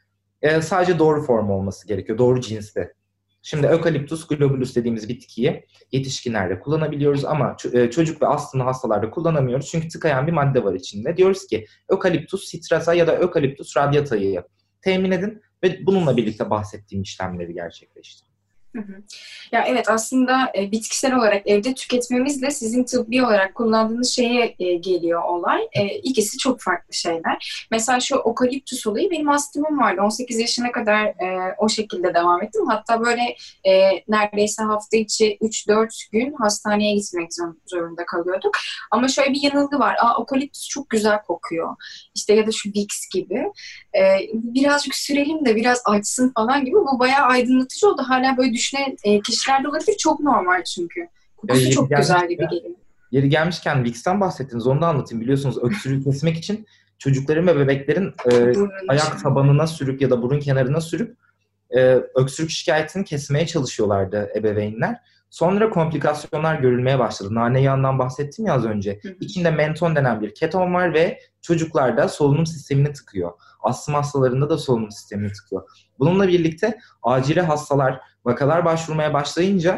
Sadece doğru form olması gerekiyor, doğru cinste. Şimdi Eucalyptus globulus dediğimiz bitkiyi yetişkinlerde kullanabiliyoruz ama çocuk ve astımlı hastalarda kullanamıyoruz. Çünkü tıkayan bir madde var içinde. Diyoruz ki Eucalyptus citrata ya da Eucalyptus radiata'yı temin edin ve bununla birlikte bahsettiğim işlemleri gerçekleştirin. Hı hı. Ya evet, aslında bitkisel olarak evde tüketmemizle sizin tıbbi olarak kullandığınız şeye geliyor olay. İkisi çok farklı şeyler. Mesela şu okaliptüs olayı, benim astımım vardı. 18 yaşına kadar o şekilde devam ettim. Hatta böyle neredeyse hafta içi 3-4 gün hastaneye gitmek zorunda kalıyorduk. Ama şöyle bir yanılgı var. Okaliptüs çok güzel kokuyor. İşte ya da şu Vicks gibi. Birazcık sürelim de biraz açsın falan gibi. Bu bayağı aydınlatıcı oldu. Hala böyle düşünen kişiler de olabilir. Çok normal çünkü. Kokusu çok güzel gibi geliyor. Yeri gelmişken Vicks'ten bahsettiniz. Onu da anlatayım. Biliyorsunuz öksürüğü kesmek için çocukların ve bebeklerin ayak tabanına sürüp ya da burun kenarına sürüp öksürük şikayetini kesmeye çalışıyorlardı ebeveynler. Sonra komplikasyonlar görülmeye başladı. Nane yağından bahsettim ya az önce. İçinde menton denen bir keton var ve çocuklarda solunum sistemini tıkıyor. Astım hastalarında da solunum sistemini tıkıyor. Bununla birlikte acile vakalar başvurmaya başlayınca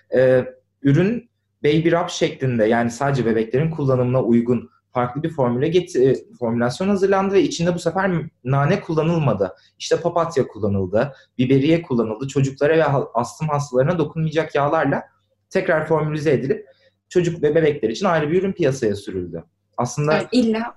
ürün Baby Rub şeklinde, yani sadece bebeklerin kullanımına uygun farklı bir formülasyon hazırlandı ve içinde bu sefer nane kullanılmadı. İşte papatya kullanıldı, biberiye kullanıldı. Çocuklara ve astım hastalarına dokunmayacak yağlarla tekrar formülize edilip çocuk ve bebekler için ayrı bir ürün piyasaya sürüldü. Aslında yani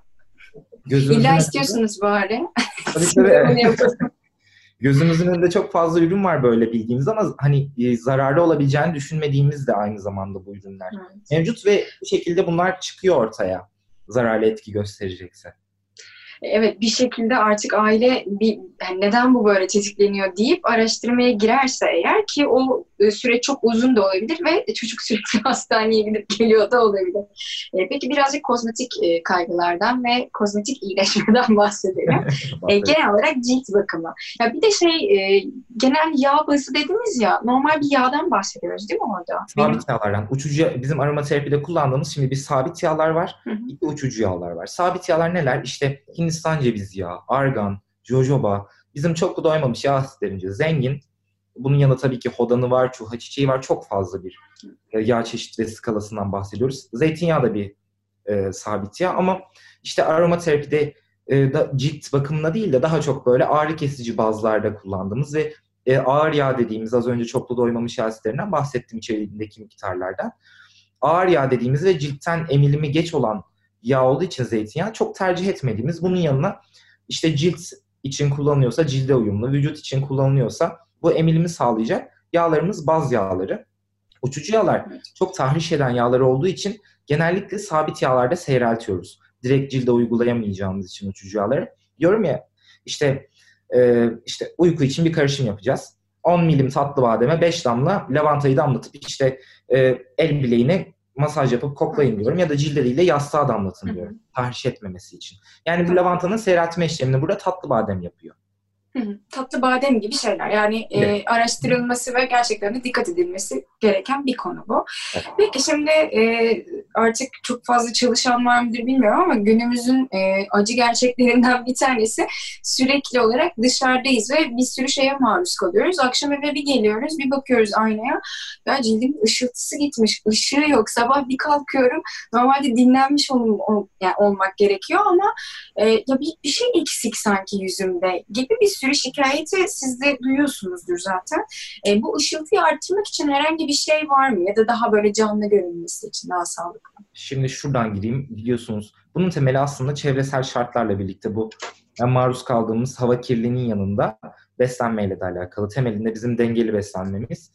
illa istiyorsunuz bari. Tabii. Gözümüzün önünde çok fazla ürün var böyle bildiğimiz ama hani zararlı olabileceğini düşünmediğimiz de aynı zamanda bu ürünler mevcut ve bu şekilde bunlar çıkıyor ortaya, zararlı etki gösterecekse. Evet, bir şekilde artık aile yani neden bu böyle tetikleniyor deyip araştırmaya girerse eğer, ki o süreç çok uzun da olabilir ve çocuk sürekli hastaneye gidip geliyor da olabilir. Peki birazcık kozmetik kaygılardan ve kozmetik iyileşmeden bahsedelim. Genel olarak cilt bakımı. Ya bir de genel yağ bazı dediniz ya, normal bir yağdan bahsediyoruz değil mi orada? Sabit yağlardan. Bizim aromaterapide kullandığımız şimdi bir sabit yağlar var, bir de uçucu yağlar var. Sabit yağlar neler? İşte Hindistan cevizi yağı, argan, jojoba, bizim çok doymamış yağ asitlerince zengin. Bunun yanında tabii ki hodanı var, çuha çiçeği var. Çok fazla bir yağ çeşit ve skalasından bahsediyoruz. Zeytinyağı da bir sabit yağ ama işte aromaterapide cilt bakımına değil de daha çok böyle ağrı kesici bazlarda kullandığımız ve ağır yağ dediğimiz, az önce çoklu doymamış yağ asitlerinden bahsettim içeriğindeki miktarlardan. Ağır yağ dediğimiz ve ciltten emilimi geç olan yağ olduğu için zeytinyağı çok tercih etmediğimiz, bunun yanına işte cilt için kullanılıyorsa cilde uyumlu, vücut için kullanılıyorsa bu emilimi sağlayacak yağlarımız baz yağları. Uçucu yağlar çok tahriş eden yağlar olduğu için genellikle sabit yağlarda seyreltiyoruz. Direkt cilde uygulayamayacağımız için uçucu yağları. Diyorum ya işte uyku için bir karışım yapacağız. 10 milim tatlı bademe 5 damla lavantayı damlatıp işte el bileğine masaj yapıp koklayın diyorum. Ya da cilderiyle yastığa damlatın diyorum. Tahriş etmemesi için. Yani bu lavantanın seyreltme işlemini burada tatlı badem yapıyor. Tatlı badem gibi şeyler. Yani evet. Araştırılması ve gerçekten de dikkat edilmesi gereken bir konu bu. Evet. Peki şimdi artık çok fazla çalışan var mıdır bilmiyorum ama günümüzün acı gerçeklerinden bir tanesi, sürekli olarak dışarıdayız ve bir sürü şeye maruz kalıyoruz. Akşam eve bir geliyoruz, bir bakıyoruz aynaya. Ya cildimin ışıltısı gitmiş, ışığı yok. Sabah bir kalkıyorum. Normalde dinlenmiş olmak gerekiyor ama ya bir şey eksik sanki yüzümde gibi bir sürü şikayeti siz de duyuyorsunuzdur zaten. Bu ışıltıyı arttırmak için herhangi bir şey var mı? Ya da daha böyle canlı görünmesi için daha sağlıklı. Şimdi şuradan gireyim. Biliyorsunuz bunun temeli aslında çevresel şartlarla birlikte bu maruz kaldığımız hava kirliliğinin yanında beslenmeyle de alakalı. Temelinde bizim dengeli beslenmemiz,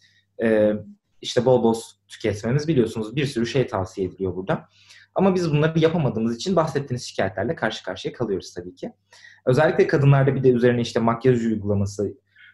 işte bol bol tüketmemiz, biliyorsunuz bir sürü şey tavsiye ediliyor burada. Ama biz bunları yapamadığımız için bahsettiğiniz şikayetlerle karşı karşıya kalıyoruz tabii ki. Özellikle kadınlarda bir de üzerine işte makyaj uygulaması,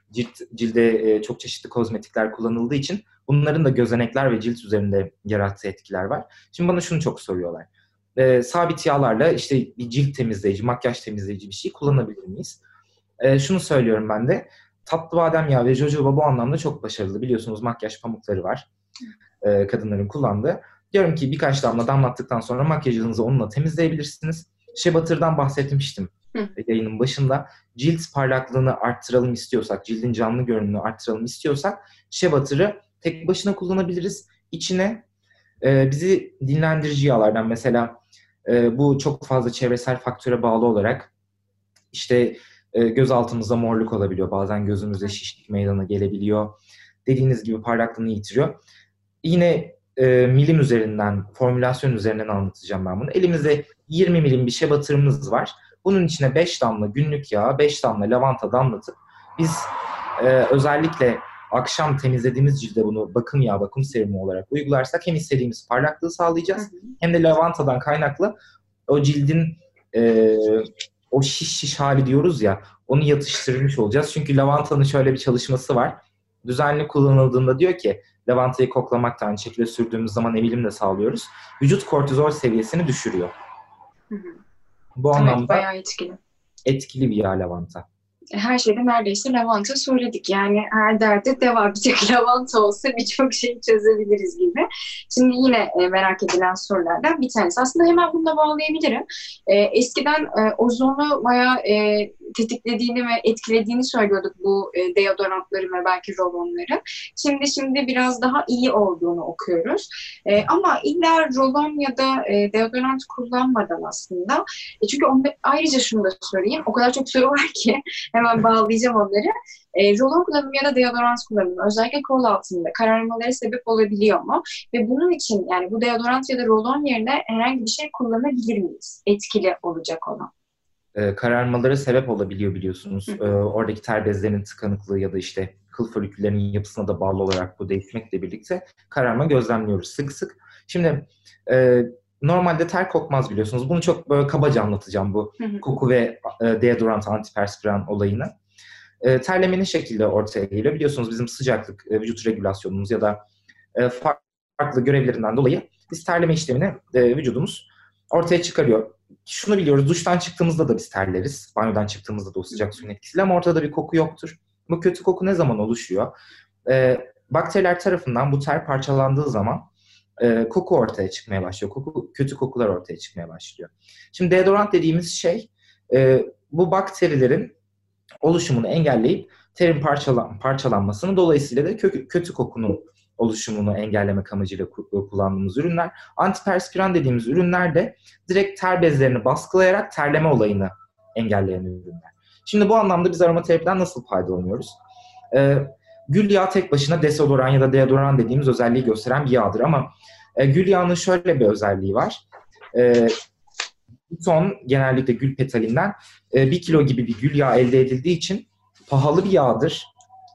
cilde çok çeşitli kozmetikler kullanıldığı için bunların da gözenekler ve cilt üzerinde yarattığı etkiler var. Şimdi bana şunu çok soruyorlar. Sabit yağlarla işte bir cilt temizleyici, makyaj temizleyici bir şey kullanabilir miyiz? Şunu söylüyorum ben de. Tatlı badem yağı ve jojoba bu anlamda çok başarılı. Biliyorsunuz makyaj pamukları var. Kadınların kullandığı. Diyorum ki birkaç damla damlattıktan sonra makyajınızı onunla temizleyebilirsiniz. Shea Butter'dan bahsetmiştim. Hı. yayının başında. Cilt parlaklığını arttıralım istiyorsak, cildin canlı görünümünü arttıralım istiyorsak shea butter'ı tek başına kullanabiliriz. İçine bizi dinlendirici yağlardan mesela bu çok fazla çevresel faktöre bağlı olarak işte göz altımızda morluk olabiliyor. Bazen gözümüzde şişlik meydana gelebiliyor. Dediğiniz gibi parlaklığını yitiriyor. Yine milim üzerinden, formülasyon üzerinden anlatacağım ben bunu. Elimizde 20 milim bir shea butter'ımız var. Bunun içine 5 damla günlük yağ, 5 damla lavanta damlatıp biz özellikle akşam temizlediğimiz cilde bunu bakım yağı, bakım serumu olarak uygularsak hem istediğimiz parlaklığı sağlayacağız hem de lavantadan kaynaklı o cildin o şiş hali diyoruz ya, onu yatıştırmış olacağız. Çünkü lavantanın şöyle bir çalışması var. Düzenli kullanıldığında diyor ki lavantayı koklamaktan aynı şekilde sürdüğümüz zaman emilim de sağlıyoruz. Vücut kortizol seviyesini düşürüyor. Hı. Bu Evet, anlamda bayağı etkili. Etkili bir yağ lavanta. Her şeyde neredeyse lavanta söyledik. Yani her derde deva. Bir tek lavanta olsa birçok şeyi çözebiliriz gibi. Şimdi yine merak edilen sorulardan bir tanesi. Aslında hemen bununla bağlayabilirim. Eskiden ozonu bayağı tetiklediğini ve etkilediğini söylüyorduk bu deodorantları ve belki rolonları. Şimdi biraz daha iyi olduğunu okuyoruz. Ama illa rolon ya da deodorant kullanmadan aslında. Çünkü ayrıca şunu da söyleyeyim. O kadar çok soru var ki hemen bağlayacağım onları. Rolon kullanımı ya da deodorant kullanımı özellikle kol altında kararmalara sebep olabiliyor mu? Ve bunun için yani bu deodorant ya da rolon yerine herhangi bir şey kullanabilir miyiz? Etkili olacak olan. Kararmalara sebep olabiliyor biliyorsunuz. Oradaki ter bezlerinin tıkanıklığı ya da işte kıl foliküllerinin yapısına da bağlı olarak bu değişmekle birlikte kararma gözlemliyoruz sık sık. Şimdi normalde ter kokmaz biliyorsunuz. Bunu çok böyle kabaca anlatacağım bu koku ve deodorant, antiperspiran olayını. Terlemenin şekilde ortaya geliyor. Biliyorsunuz bizim sıcaklık, vücut regülasyonumuz ya da farklı görevlerinden dolayı biz terleme işlemini vücudumuz ortaya çıkarıyor. Şunu biliyoruz, duştan çıktığımızda da biz terleriz. Banyodan çıktığımızda da o sıcak suyun etkisiyle ama ortada bir koku yoktur. Bu kötü koku ne zaman oluşuyor? Bakteriler tarafından bu ter parçalandığı zaman koku ortaya çıkmaya başlıyor. Kötü kokular ortaya çıkmaya başlıyor. Şimdi deodorant dediğimiz şey bu bakterilerin oluşumunu engelleyip terin parçalanmasını, dolayısıyla da kötü kokunun oluşumunu engellemek amacıyla kullandığımız ürünler. Antiperspiran dediğimiz ürünler de direkt ter bezlerini baskılayarak terleme olayını engelleyen ürünler. Şimdi bu anlamda biz aromaterapiden nasıl faydalanıyoruz? Gül yağı tek başına desodoran ya da deodoran dediğimiz özelliği gösteren bir yağdır ama gül yağının şöyle bir özelliği var. Bir ton genellikle gül petalinden 1 kilo gibi bir gül yağı elde edildiği için pahalı bir yağdır.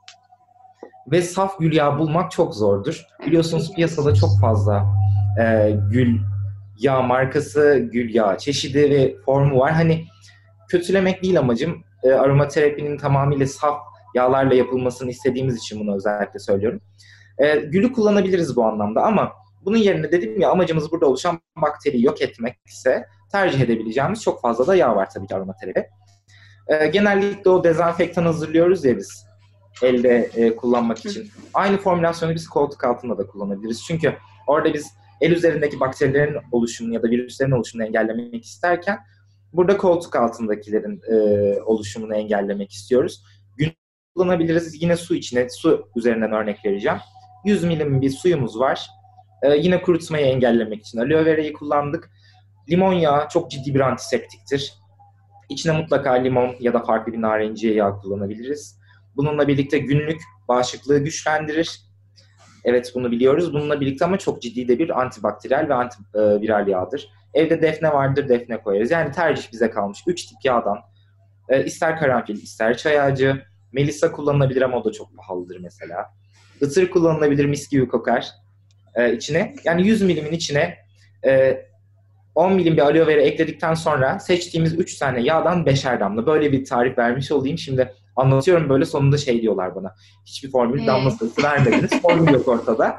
Ve saf gül yağı bulmak çok zordur. Biliyorsunuz piyasada çok fazla gül yağı markası, gül yağı çeşidi ve formu var. Hani kötülemek değil amacım. Aromaterapinin tamamıyla saf yağlarla yapılmasını istediğimiz için bunu özellikle söylüyorum. Gülü kullanabiliriz bu anlamda ama bunun yerine dedim ya amacımız burada oluşan bakteriyi yok etmek ise tercih edebileceğimiz çok fazla da yağ var tabii ki aromaterapi. Genellikle o dezenfektan hazırlıyoruz ya biz elde kullanmak için. Aynı formülasyonu biz koltuk altında da kullanabiliriz. Çünkü orada biz el üzerindeki bakterilerin oluşumunu ya da virüslerin oluşumunu engellemek isterken burada koltuk altındakilerin oluşumunu engellemek istiyoruz. Gün kullanabiliriz. Yine su içine, su üzerinden örnek vereceğim. 100 milim bir suyumuz var. Yine kurutmayı engellemek için aloe vera'yı kullandık. Limon yağı çok ciddi bir antiseptiktir. İçine mutlaka limon ya da farklı bir narenciye yağı kullanabiliriz. Bununla birlikte günlük bağışıklığı güçlendirir. Evet bunu biliyoruz. Bununla birlikte ama çok ciddi de bir antibakteriyel ve antiviral yağdır. Evde defne vardır, defne koyarız. Yani tercih bize kalmış. 3 tip yağdan ister karanfil, ister çay ağacı, melisa kullanılabilir ama o da çok pahalıdır mesela. Itır kullanılabilir, mis gibi kokar içine. Yani 100 milimin içine 10 milim bir aloe vera ekledikten sonra seçtiğimiz 3 tane yağdan 5'er damla. Böyle bir tarif vermiş olayım. Şimdi anlatıyorum böyle sonunda şey diyorlar bana. Hiçbir formül damla sayısı vermediniz. Formül yok ortada.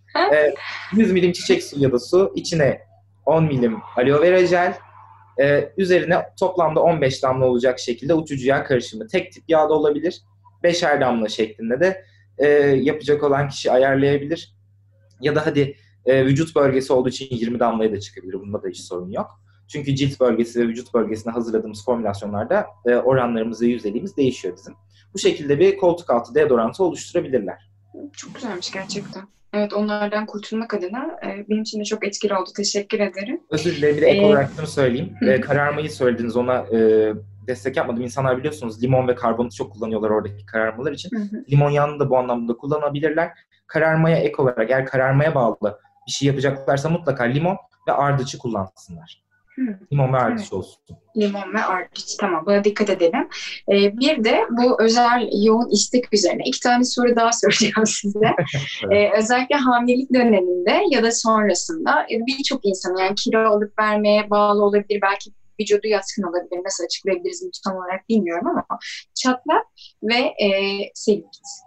100 milim çiçek suyu ya da su. İçine 10 milim aloe vera jel. Üzerine toplamda 15 damla olacak şekilde uçucu yağ karışımı. Tek tip yağ da olabilir. 5'er damla şeklinde de yapacak olan kişi ayarlayabilir. Ya da hadi vücut bölgesi olduğu için 20 damlaya da çıkabilir. Bunda da hiç sorun yok. Çünkü cilt bölgesi ve vücut bölgesine hazırladığımız formülasyonlarda oranlarımız ve yüzdeliğimiz değişiyor bizim. Bu şekilde bir koltuk altı deodorantı oluşturabilirler. Çok güzelmiş gerçekten. Evet, onlardan kurtulmak adına benim için de çok etkili oldu. Teşekkür ederim. Özür dilerim. Bir de ek olarak şunu söyleyeyim. Kararmayı söylediniz. Ona destek yapmadım. İnsanlar biliyorsunuz limon ve karbonatı çok kullanıyorlar oradaki kararmalar için. Limon yağını da bu anlamda kullanabilirler. Kararmaya ek olarak, eğer kararmaya bağlı bir şey yapacaklarsa mutlaka limon ve ardıçı kullansınlar. Limon ve ardıç olsun. Limon ve ardıç. Tamam, buna dikkat edelim. Bir de bu özel yoğun istek üzerine 2 tane soru daha soracağım size. Evet. Özellikle hamilelik döneminde ya da sonrasında birçok insan, yani kilo alıp vermeye bağlı olabilir, belki vücudu yatkın olabilir. Nasıl açıklayabiliriz bunu tam olarak bilmiyorum ama çatlak ve selülit.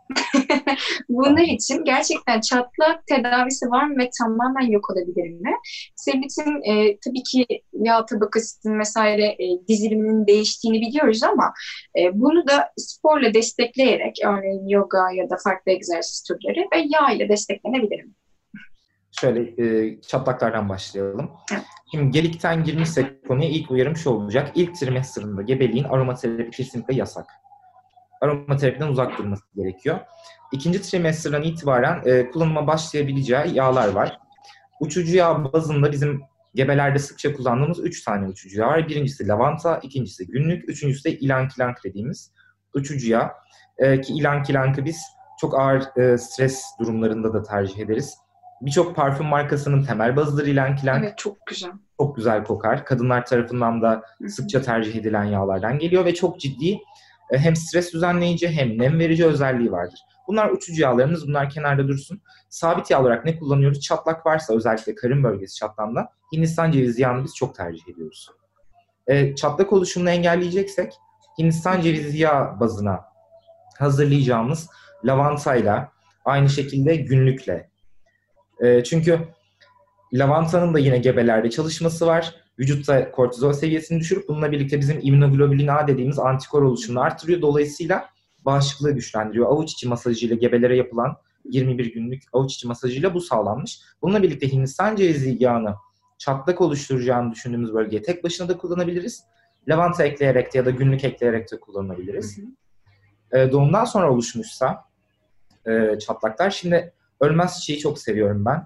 Bunlar için gerçekten çatlak tedavisi var mı ve tamamen yok olabilir mi? Selülitin tabii ki yağ tabakasının vesaire diziliminin değiştiğini biliyoruz ama bunu da sporla destekleyerek, örneğin yoga ya da farklı egzersiz türleri ve yağ ile desteklenebilir mi? Şöyle çatlaklardan başlayalım. Evet. Şimdi gelikten girmişsek konuya ilk uyarım şu olacak. İlk trimesterında gebeliğin aromaterapi kesinlikle yasak. Aromaterapiden uzak durması gerekiyor. İkinci trimesterden itibaren kullanıma başlayabileceği yağlar var. Uçucu yağ bazında bizim gebelerde sıkça kullandığımız 3 tane uçucu yağ var. Birincisi lavanta, ikincisi günlük, üçüncüsü de ilank ilank dediğimiz uçucu yağ. Ki ilank ilankı biz çok ağır stres durumlarında da tercih ederiz. Birçok parfüm markasının temel bazıdır ilank ilank. Evet, çok güzel. Çok güzel kokar. Kadınlar tarafından da sıkça tercih edilen yağlardan geliyor ve çok ciddi hem stres düzenleyici hem nem verici özelliği vardır. Bunlar uçucu yağlarımız, bunlar kenarda dursun. Sabit yağ olarak ne kullanıyoruz? Çatlak varsa özellikle karın bölgesi çatlağında Hindistan cevizi yağını biz çok tercih ediyoruz. Çatlak oluşumunu engelleyeceksek Hindistan cevizi yağı bazına hazırlayacağımız lavantayla, aynı şekilde günlükle. Çünkü lavantanın da yine gebelerde çalışması var. Vücutta kortizol seviyesini düşürüp bununla birlikte bizim immünoglobulin A dediğimiz antikor oluşumunu artırıyor. Dolayısıyla bağışıklığı güçlendiriyor. Avuç içi masajıyla gebelere yapılan 21 günlük avuç içi masajıyla bu sağlanmış. Bununla birlikte Hindistan cevizi yağını çatlak oluşturacağını düşündüğümüz bölgeye tek başına da kullanabiliriz. Lavanta ekleyerek de ya da günlük ekleyerek de kullanabiliriz. Doğumdan sonra oluşmuşsa çatlaklar. Şimdi ölmez çiçeği çok seviyorum ben.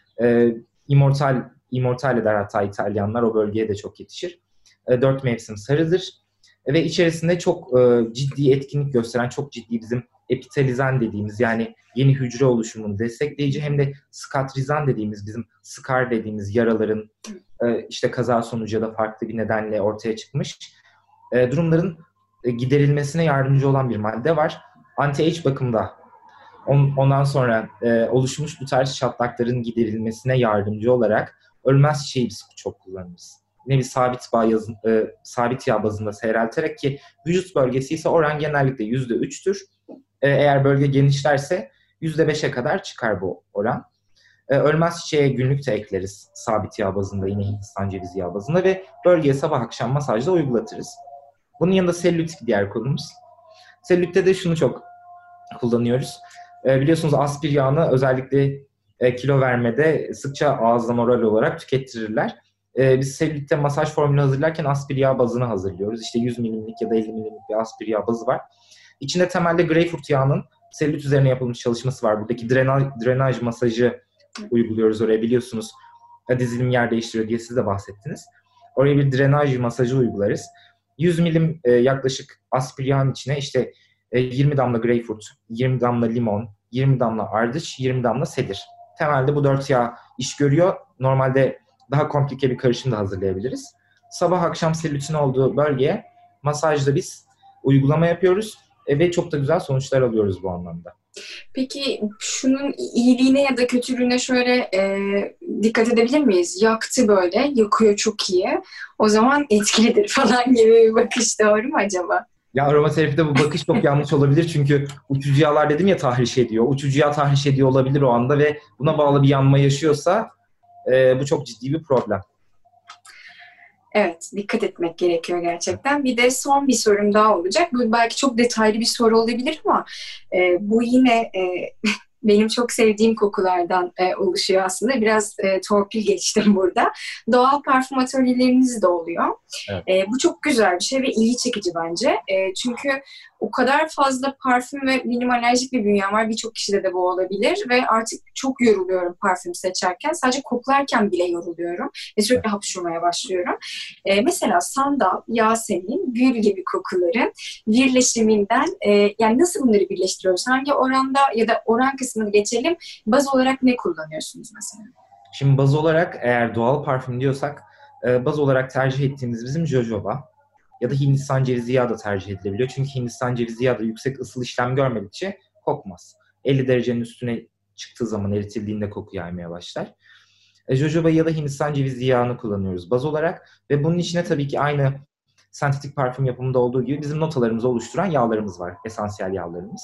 Immortale der hatta İtalyanlar, o bölgeye de çok yetişir. 4 mevsim sarıdır. Ve içerisinde çok ciddi etkinlik gösteren, çok ciddi bizim epitalizan dediğimiz, yani yeni hücre oluşumunu destekleyici, hem de skatrizan dediğimiz, bizim skar dediğimiz yaraların işte kaza sonucu ya da farklı bir nedenle ortaya çıkmış durumların giderilmesine yardımcı olan bir madde var. Anti-age bakımda ondan sonra oluşmuş bu tarz çatlakların giderilmesine yardımcı olarak ölmez çiçeği biz çok kullanırız. Yine bir sabit yağ bazında seyrelterek, ki vücut bölgesi ise oran genellikle %3'tür. Eğer bölge genişlerse %5'e kadar çıkar bu oran. Ölmez çiçeğe günlük de ekleriz sabit yağ bazında, yine Hindistan cevizi yağ bazında ve bölgeye sabah akşam masajla uygulatırız. Bunun yanında selülit diğer konumuz. Selülitte de şunu çok kullanıyoruz. Biliyorsunuz aspir yağını özellikle kilo vermede sıkça ağızdan oral olarak tükettirirler. Biz selülitte masaj formülü hazırlarken aspir yağ bazını hazırlıyoruz. İşte 100 milimlik ya da 50 milimlik bir aspir yağ bazı var. İçinde temelde greyfurt yağının selülit üzerine yapılmış çalışması var. Buradaki drenaj masajı uyguluyoruz oraya, biliyorsunuz. Dizilim yer değiştiriyor diye siz de bahsettiniz. Oraya bir drenaj masajı uygularız. 100 milim yaklaşık aspir yağın içine işte 20 damla greyfurt, 20 damla limon, 20 damla ardıç, 20 damla sedir. Temelde bu 4 yağ iş görüyor. Normalde daha komplike bir karışım da hazırlayabiliriz. Sabah akşam selülitin olduğu bölgeye masajda biz uygulama yapıyoruz ve çok da güzel sonuçlar alıyoruz bu anlamda. Peki şunun iyiliğine ya da kötülüğüne şöyle dikkat edebilir miyiz? Yaktı böyle, yakıyor çok iyi. O zaman etkilidir falan gibi bir bakış doğru mu acaba? Ya aromaterapide bu bakış çok yanlış olabilir, çünkü uçucu yağlar dedim ya tahriş ediyor. Uçucu yağ tahriş ediyor olabilir o anda ve buna bağlı bir yanma yaşıyorsa bu çok ciddi bir problem. Evet, dikkat etmek gerekiyor gerçekten. Bir de son bir sorum daha olacak. Bu belki çok detaylı bir soru olabilir ama bu yine benim çok sevdiğim kokulardan oluşuyor aslında. Biraz torpil geçtim burada. Doğal parfüm atölyeleriniz de oluyor. Evet. Bu çok güzel bir şey ve ilgi çekici bence. Çünkü o kadar fazla parfüm ve benim alerjik bir bünyem var. Birçok kişide de bu olabilir ve artık çok yoruluyorum parfüm seçerken. Sadece koklarken bile yoruluyorum ve sürekli hapşurmaya başlıyorum. Mesela sandal, yasemin, gül gibi kokuların birleşiminden yani nasıl bunları birleştiriyoruz? Hangi oranda ya da oran kısmını geçelim. Baz olarak ne kullanıyorsunuz mesela? Şimdi baz olarak eğer doğal parfüm diyorsak baz olarak tercih ettiğimiz bizim jojoba ya da Hindistan cevizi yağı da tercih edilebiliyor. Çünkü Hindistan cevizi yağı da yüksek ısıl işlem görmedikçe kokmaz. 50 derecenin üstüne çıktığı zaman eritildiğinde koku yaymaya başlar. Jojoba ya da Hindistan cevizi yağını kullanıyoruz baz olarak ve bunun içine tabii ki aynı sentetik parfüm yapımında olduğu gibi bizim notalarımızı oluşturan yağlarımız var. Esansiyel yağlarımız.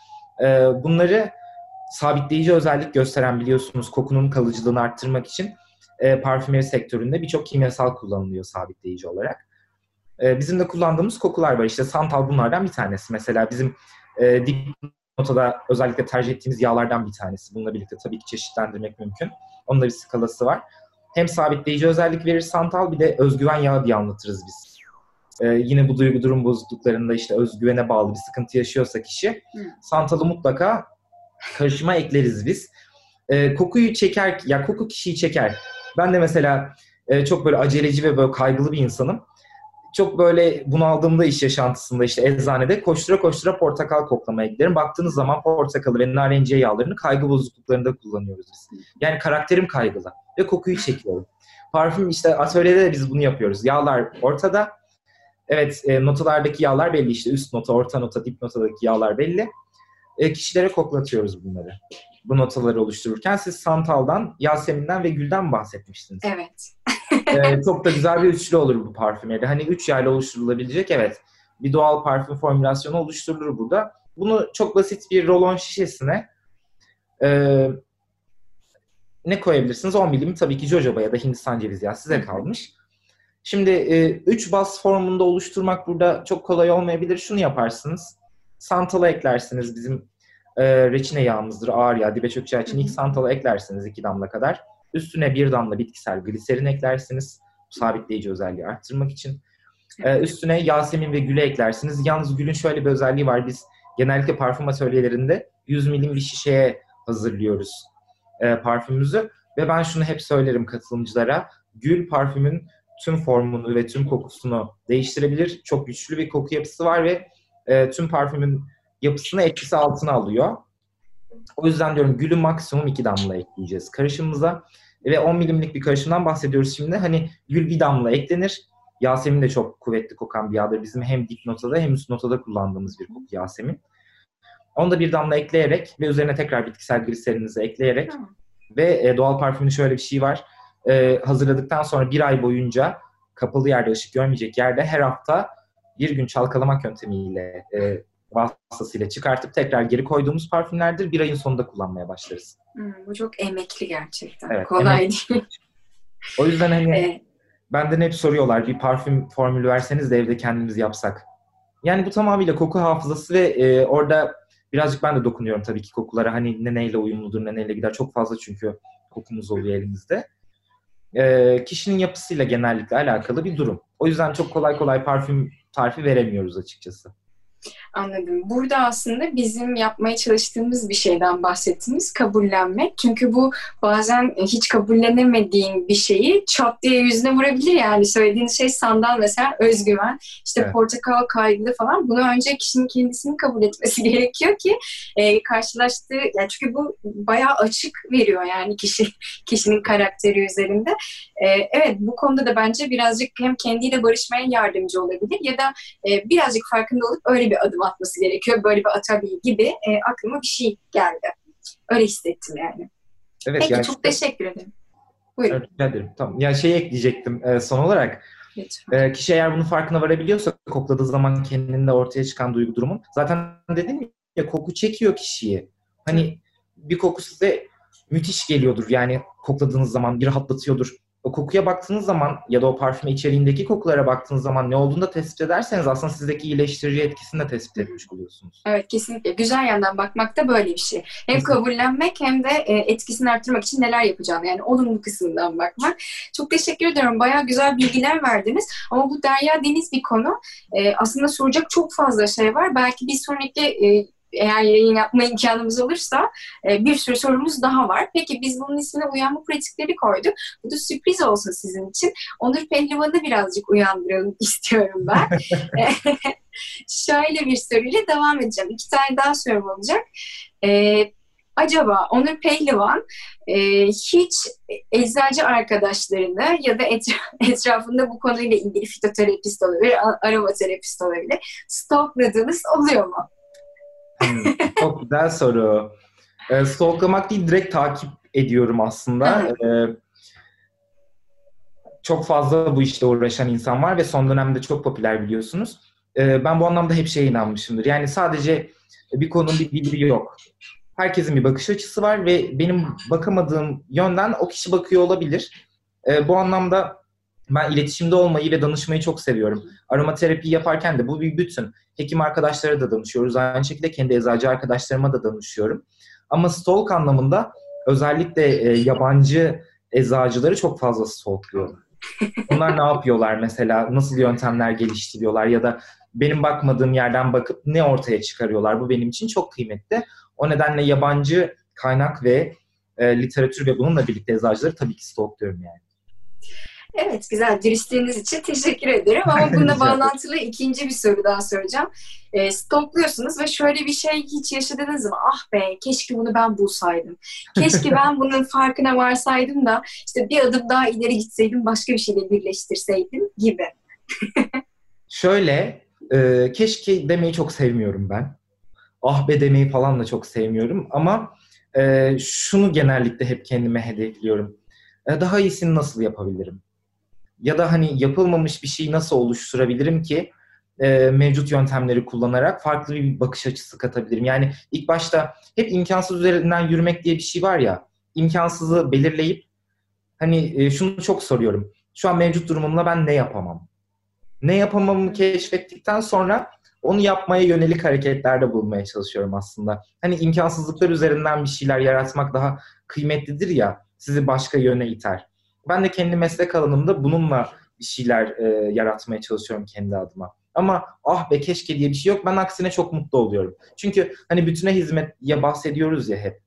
Bunları sabitleyici özellik gösteren biliyorsunuz kokunun kalıcılığını arttırmak için parfümeri sektöründe birçok kimyasal kullanılıyor sabitleyici olarak. Bizim de kullandığımız kokular var. İşte santal bunlardan bir tanesi. Mesela bizim dip notada özellikle tercih ettiğimiz yağlardan bir tanesi. Bununla birlikte tabii ki çeşitlendirmek mümkün. Onun da bir skalası var. Hem sabitleyici özellik verir santal, bir de özgüven yağı diye anlatırız biz. Yine bu duygu durum bozukluklarında işte özgüvene bağlı bir sıkıntı yaşıyorsa kişi santalı mutlaka karışıma ekleriz biz. Kokuyu çeker, ya koku kişiyi çeker. Ben de mesela çok böyle aceleci ve böyle kaygılı bir insanım. Çok böyle bunaldığımda iş yaşantısında işte eczanede koştura koştura portakal koklamaya giderim. Baktığınız zaman portakalı ve narenciye yağlarını kaygı bozukluklarında kullanıyoruz biz. Yani karakterim kaygılı ve kokuyu çekiyorum. Parfüm işte atölyede de biz bunu yapıyoruz. Yağlar ortada. Evet, notalardaki yağlar belli, işte üst nota, orta nota, dip notadaki yağlar belli. Kişilere koklatıyoruz bunları. Bu notaları oluştururken siz santaldan, yaseminden ve gülden bahsetmiştiniz. Evet. Çok da güzel bir üçlü olur bu parfümeri. Hani 3 yağla oluşturulabilecek, evet, bir doğal parfüm formülasyonu oluşturulur burada. Bunu çok basit bir rolon şişesine ne koyabilirsiniz? 10 milim tabii ki jojoba ya da Hindistan cevizi yağı size kalmış. Şimdi 3 baz formunda oluşturmak burada çok kolay olmayabilir. Şunu yaparsınız. Santalı eklersiniz. Bizim reçine yağımızdır, ağır yağ, dibe çökeceği için ilk santalı eklersiniz 2 damla kadar. Üstüne 1 damla bitkisel gliserin eklersiniz. Sabitleyici özelliği arttırmak için. Üstüne yasemin ve güle eklersiniz. Yalnız gülün şöyle bir özelliği var. Biz genellikle parfüm atölyelerinde 100 milim bir şişeye hazırlıyoruz parfümümüzü. Ve ben şunu hep söylerim katılımcılara. Gül parfümün tüm formunu ve tüm kokusunu değiştirebilir. Çok güçlü bir koku yapısı var ve tüm parfümün yapısını etkisi altına alıyor. O yüzden diyorum gülü maksimum 2 damla ekleyeceğiz karışımımıza. Ve 10 milimlik bir karışımdan bahsediyoruz şimdi. Hani gül bir damla eklenir. Yasemin de çok kuvvetli kokan bir yağdır. Bizim hem dip notada hem üst notada kullandığımız bir koku yasemin. Onu da 1 damla ekleyerek ve üzerine tekrar bitkisel gliserinizi ekleyerek ve doğal parfümün şöyle bir şey var. Hazırladıktan sonra 1 ay boyunca kapalı yerde, ışık görmeyecek yerde her hafta bir gün çalkalamak yöntemiyle vasıtasıyla çıkartıp tekrar geri koyduğumuz parfümlerdir. 1 ayın sonunda kullanmaya başlarız. Bu çok emekli gerçekten. Evet, kolay değil. O yüzden hani benden hep soruyorlar, bir parfüm formülü verseniz de evde kendimiz yapsak. Yani bu tamamıyla koku hafızası ve orada birazcık ben de dokunuyorum tabii ki kokulara. Hani ne neyle uyumludur, ne neyle gider. Çok fazla çünkü kokumuz oluyor elimizde. Kişinin yapısıyla genellikle alakalı bir durum. O yüzden çok kolay kolay parfüm tarifi veremiyoruz açıkçası. Anladım. Burada aslında bizim yapmaya çalıştığımız bir şeyden bahsettiniz. Kabullenmek. Çünkü bu bazen hiç kabullenemediğin bir şeyi çat diye yüzüne vurabilir yani. Söylediğiniz şey sandal mesela özgüven. İşte evet. Portakal kaygılı falan. Bunu önce kişinin kendisini kabul etmesi gerekiyor ki karşılaştığı... Yani çünkü bu bayağı açık veriyor yani kişinin karakteri üzerinde. Evet, bu konuda da bence birazcık hem kendiyle barışmaya yardımcı olabilir ya da birazcık farkında olup öyle bir adım atması gerekiyor. Böyle bir atölye gibi aklıma bir şey geldi. Öyle hissettim yani. Evet, peki yani çok teşekkür ederim. Buyurun. Rica ederim. Tamam. Ya şey ekleyecektim son olarak. Kişi eğer bunun farkına varabiliyorsa kokladığı zaman kendinde ortaya çıkan duygu durumun. Zaten dedim ya, koku çekiyor kişiyi. Hani bir koku size müthiş geliyordur. Yani kokladığınız zaman bir rahatlatıyordur. o kokuya baktığınız zaman ya da o parfüm içeriğindeki kokulara baktığınız zaman ne olduğunu da tespit ederseniz aslında sizdeki iyileştirici etkisini de tespit etmiş oluyorsunuz. Evet, kesinlikle. Güzel yandan bakmak da böyle bir şey. Hem kabullenmek hem de etkisini arttırmak için neler yapacağını, yani olumlu kısmından bakmak. Çok teşekkür ediyorum. Bayağı güzel bilgiler verdiniz. Ama bu derya deniz bir konu. Aslında soracak çok fazla şey var. Belki bir sonraki eğer yayın yapma imkanımız olursa bir sürü sorumuz daha var. Peki biz bunun ismine uyanma pratikleri koyduk. Bu da sürpriz olsun sizin için. Onur Pehlivan'ı birazcık uyandıralım istiyorum ben. Şöyle bir soruyla devam edeceğim. 2 tane daha sorum olacak. Acaba Onur Pehlivan hiç eczacı arkadaşlarını ya da etrafında bu konuyla ilgili fitoterapist olabilir, aromaterapist olabilir, stalkladığınız oluyor mu? Çok güzel soru. Stalklamak değil, direkt takip ediyorum aslında. Çok fazla bu işte uğraşan insan var ve son dönemde çok popüler biliyorsunuz. Ben bu anlamda hep şeye inanmışımdır. Yani sadece bir konunun bir dili yok. Herkesin bir bakış açısı var ve benim bakamadığım yönden o kişi bakıyor olabilir. Bu anlamda ben iletişimde olmayı ve danışmayı çok seviyorum. Aromaterapi yaparken de bu bir bütün. Hekim arkadaşlara da danışıyoruz. Aynı şekilde kendi eczacı arkadaşlarıma da danışıyorum. Ama stalk anlamında özellikle yabancı eczacıları çok fazla stalkluyorum. Onlar ne yapıyorlar mesela? Nasıl yöntemler geliştiriyorlar? Ya da benim bakmadığım yerden bakıp ne ortaya çıkarıyorlar? Bu benim için çok kıymetli. O nedenle yabancı kaynak ve literatür ve bununla birlikte eczacıları tabii ki stalkluyorum yani. Evet, güzel. Dürüstlüğünüz için teşekkür ederim. Ama bununla bağlantılı ikinci bir soru daha soracağım. Stalkluyorsunuz ve şöyle bir şey hiç yaşadınız mı? Ah be, keşke bunu ben bulsaydım. Keşke ben bunun farkına varsaydım da işte bir adım daha ileri gitseydim, başka bir şeyle birleştirseydim gibi. Şöyle, keşke demeyi çok sevmiyorum ben. Ah be demeyi falan da çok sevmiyorum. Ama şunu genellikle hep kendime hedefliyorum. Daha iyisini nasıl yapabilirim? Ya da hani yapılmamış bir şeyi nasıl oluşturabilirim ki mevcut yöntemleri kullanarak farklı bir bakış açısı katabilirim. Yani ilk başta hep imkansız üzerinden yürümek diye bir şey var ya, imkansızı belirleyip hani şunu çok soruyorum. Şu an mevcut durumumla ben ne yapamam? Ne yapamamı keşfettikten sonra onu yapmaya yönelik hareketlerde bulunmaya çalışıyorum aslında. Hani imkansızlıklar üzerinden bir şeyler yaratmak daha kıymetlidir ya, sizi başka yöne iter. Ben de kendi meslek alanımda bununla bir şeyler yaratmaya çalışıyorum kendi adıma. Ama ah be keşke diye bir şey yok. Ben aksine çok mutlu oluyorum. Çünkü hani bütüne hizmet ya bahsediyoruz ya hep.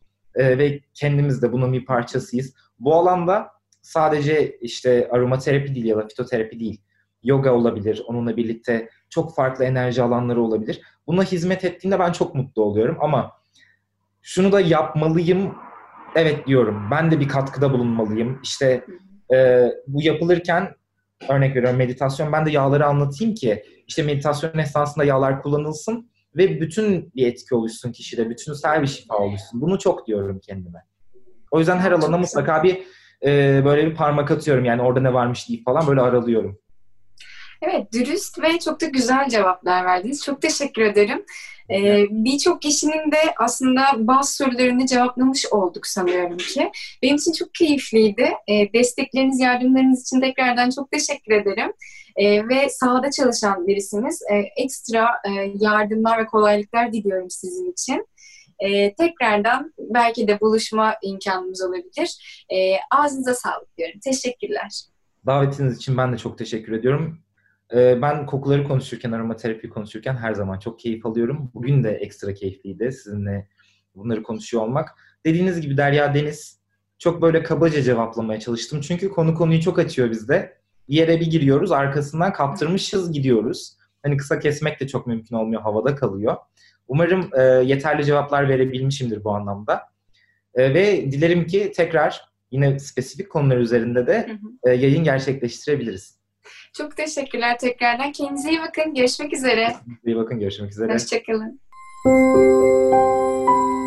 Ve kendimiz de bunun bir parçasıyız. Bu alanda sadece işte aromaterapi değil ya da fitoterapi değil. Yoga olabilir. Onunla birlikte çok farklı enerji alanları olabilir. Buna hizmet ettiğinde ben çok mutlu oluyorum. Ama şunu da yapmalıyım. Evet diyorum. Ben de bir katkıda bulunmalıyım. İşte bu yapılırken örnek veriyorum meditasyon. Ben de yağları anlatayım ki işte meditasyon esnasında yağlar kullanılsın ve bütün bir etki oluşsun kişide. Bütünsel bir şifa oluşsun. Bunu çok diyorum kendime. O yüzden her alana mutlaka bir böyle bir parmak atıyorum. Yani orada ne varmış deyip falan böyle aralıyorum. Evet, dürüst ve çok da güzel cevaplar verdiniz. Çok teşekkür ederim. Birçok kişinin de aslında bazı sorularını cevaplamış olduk sanıyorum ki. Benim için çok keyifliydi. Destekleriniz, yardımlarınız için tekrardan çok teşekkür ederim. Ve sahada çalışan birisiniz. Ekstra yardımlar ve kolaylıklar diliyorum sizin için. Tekrardan belki de buluşma imkanımız olabilir. Ağzınıza sağlık diyorum. Teşekkürler. Davetiniz için ben de çok teşekkür ediyorum. Ben kokuları konuşurken, aromaterapi konuşurken her zaman çok keyif alıyorum. Bugün de ekstra keyifliydi sizinle bunları konuşuyor olmak. Dediğiniz gibi Derya Deniz, çok böyle kabaca cevaplamaya çalıştım. Çünkü konu konuyu çok açıyor bizde. Bir yere bir giriyoruz, arkasından kaptırmışız gidiyoruz. Hani kısa kesmek de çok mümkün olmuyor, havada kalıyor. Umarım yeterli cevaplar verebilmişimdir bu anlamda. Ve dilerim ki tekrar yine spesifik konular üzerinde de yayın gerçekleştirebiliriz. Çok teşekkürler tekrardan. Kendinize iyi bakın. Görüşmek üzere. İyi bakın, görüşmek üzere. Hoşçakalın.